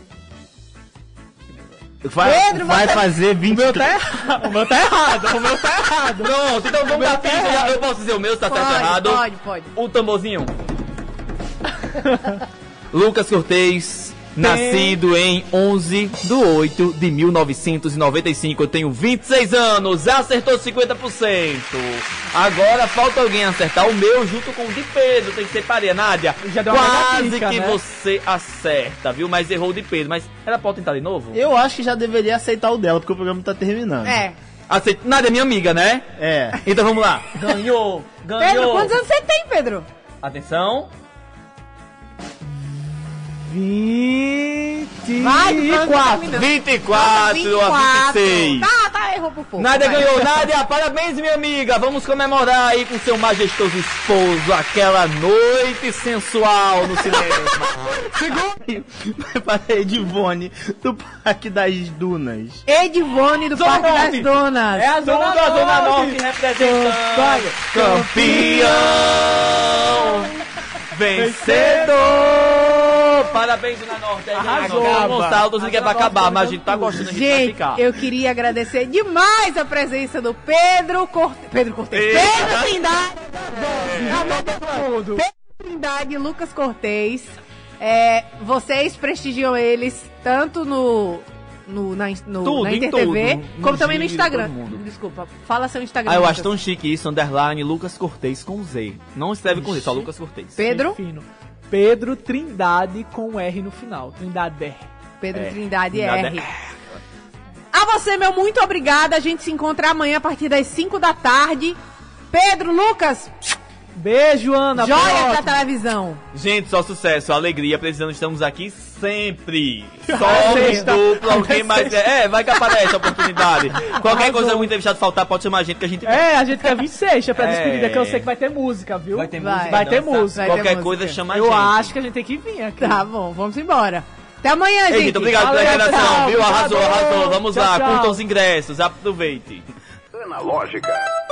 S4: Vai,
S1: Pedro,
S4: vai
S1: você-
S4: fazer vinte e três.
S3: O meu tá errado, o meu tá errado.
S2: Pronto, então vamos dar tempo. Eu, eu posso dizer o meu, se tá certo ou
S1: Pode,
S2: errado.
S1: pode, pode.
S2: O tamborzinho. Lucas Cortez, nascido em onze de oito de mil novecentos e noventa e cinco. Eu tenho vinte e seis anos, acertou cinquenta por cento. Agora falta alguém acertar o meu junto com o de Pedro. Tem que ser pareia, Nádia.
S3: Já deu uma
S2: Quase
S3: dica,
S2: que
S3: né?
S2: você acerta, viu? Mas errou o de Pedro. Mas ela pode tentar de novo?
S4: Eu acho que já deveria aceitar o dela, porque o programa tá terminando.
S1: É.
S2: Aceita. Nádia é minha amiga, né?
S4: É.
S2: Então vamos lá. Ganhou, ganhou.
S1: Pedro, quantos anos você tem, Pedro?
S2: Atenção.
S3: vinte
S1: Vai,
S3: e
S1: Fran,
S3: quatro.
S1: terminando.
S2: vinte e quatro a vinte e seis.
S1: Tá, tá, errou por pouco.
S2: Nádia
S1: vai.
S2: ganhou, Nádia, parabéns, minha amiga. Vamos comemorar aí com seu majestoso esposo aquela noite sensual no cinema.
S4: Segundo. Para Edivone, do Parque das Dunas.
S1: Edivone do
S2: Zona
S1: Parque das
S2: Norte.
S1: Donas.
S2: É a
S3: Zona
S2: Zona, a Zona
S3: Norte.
S2: Norte representando.
S3: Vai.
S2: Campeão! Vencedor! Parabéns, Zona Norte. Aí,
S3: Arrasou.
S2: Gonçalo, Gonçalo, tô dizendo que é pra
S3: Arrasou,
S2: acabar, mas a
S3: Norte
S2: gente tá
S3: tudo.
S2: gostando, a gente vai
S1: Gente,
S2: ficar.
S1: eu queria agradecer demais a presença do Pedro Corte... Pedro Cortez.
S2: Eita.
S1: Pedro Trindade.
S3: Tudo.
S1: Pedro Trindade e Lucas Cortez. É, vocês prestigiam eles tanto no, no, na, no,
S2: Tudo,
S1: na
S2: em
S1: Inter T V,
S2: tudo. No
S1: como também no
S2: Giro,
S1: Instagram.
S2: todo mundo.
S1: Desculpa, fala seu Instagram.
S2: Ah, eu
S1: Lucas.
S2: acho tão chique isso, underline Lucas Cortez com Z. Não escreve com Z, só Lucas Cortez.
S1: Pedro?
S3: Fino. Pedro Trindade com R no final. Trindade.
S1: Pedro
S2: É,
S1: Trindade
S2: Trindade
S1: R. A você, meu muito obrigada. A gente se encontra amanhã a partir das cinco da tarde. Pedro, Lucas,
S3: Beijo, Ana.
S1: Joia
S3: próximo.
S1: da televisão.
S2: Gente, só sucesso, alegria, precisando, estamos aqui sempre.
S3: Ah,
S2: Só
S3: sexta.
S2: os duplos, alguém
S3: Ah,
S2: mais.
S3: sexta.
S2: É, vai que aparece a oportunidade. Qualquer
S3: Arrasou.
S2: coisa, muito entrevistado faltar, pode chamar a gente que a gente
S3: É, a gente quer vir sexta pra
S2: É.
S3: despedida, que eu sei que vai ter música, viu?
S2: Vai ter
S1: Vai.
S2: música.
S3: Vai ter
S2: dança.
S3: música.
S1: Vai ter
S2: Qualquer
S1: música.
S2: coisa, chama a
S3: Eu
S2: gente.
S3: acho que a gente tem que vir aqui.
S1: Tá bom, vamos embora. Até amanhã,
S2: Ei,
S1: gente.
S2: gente, obrigado pela
S3: Valeu,
S2: interação,
S3: tchau,
S2: viu? Arrasou,
S3: obrigado.
S2: arrasou. Vamos
S3: Tchau,
S2: lá,
S3: tchau.
S2: curtam os ingressos, aproveite.
S5: Analógica.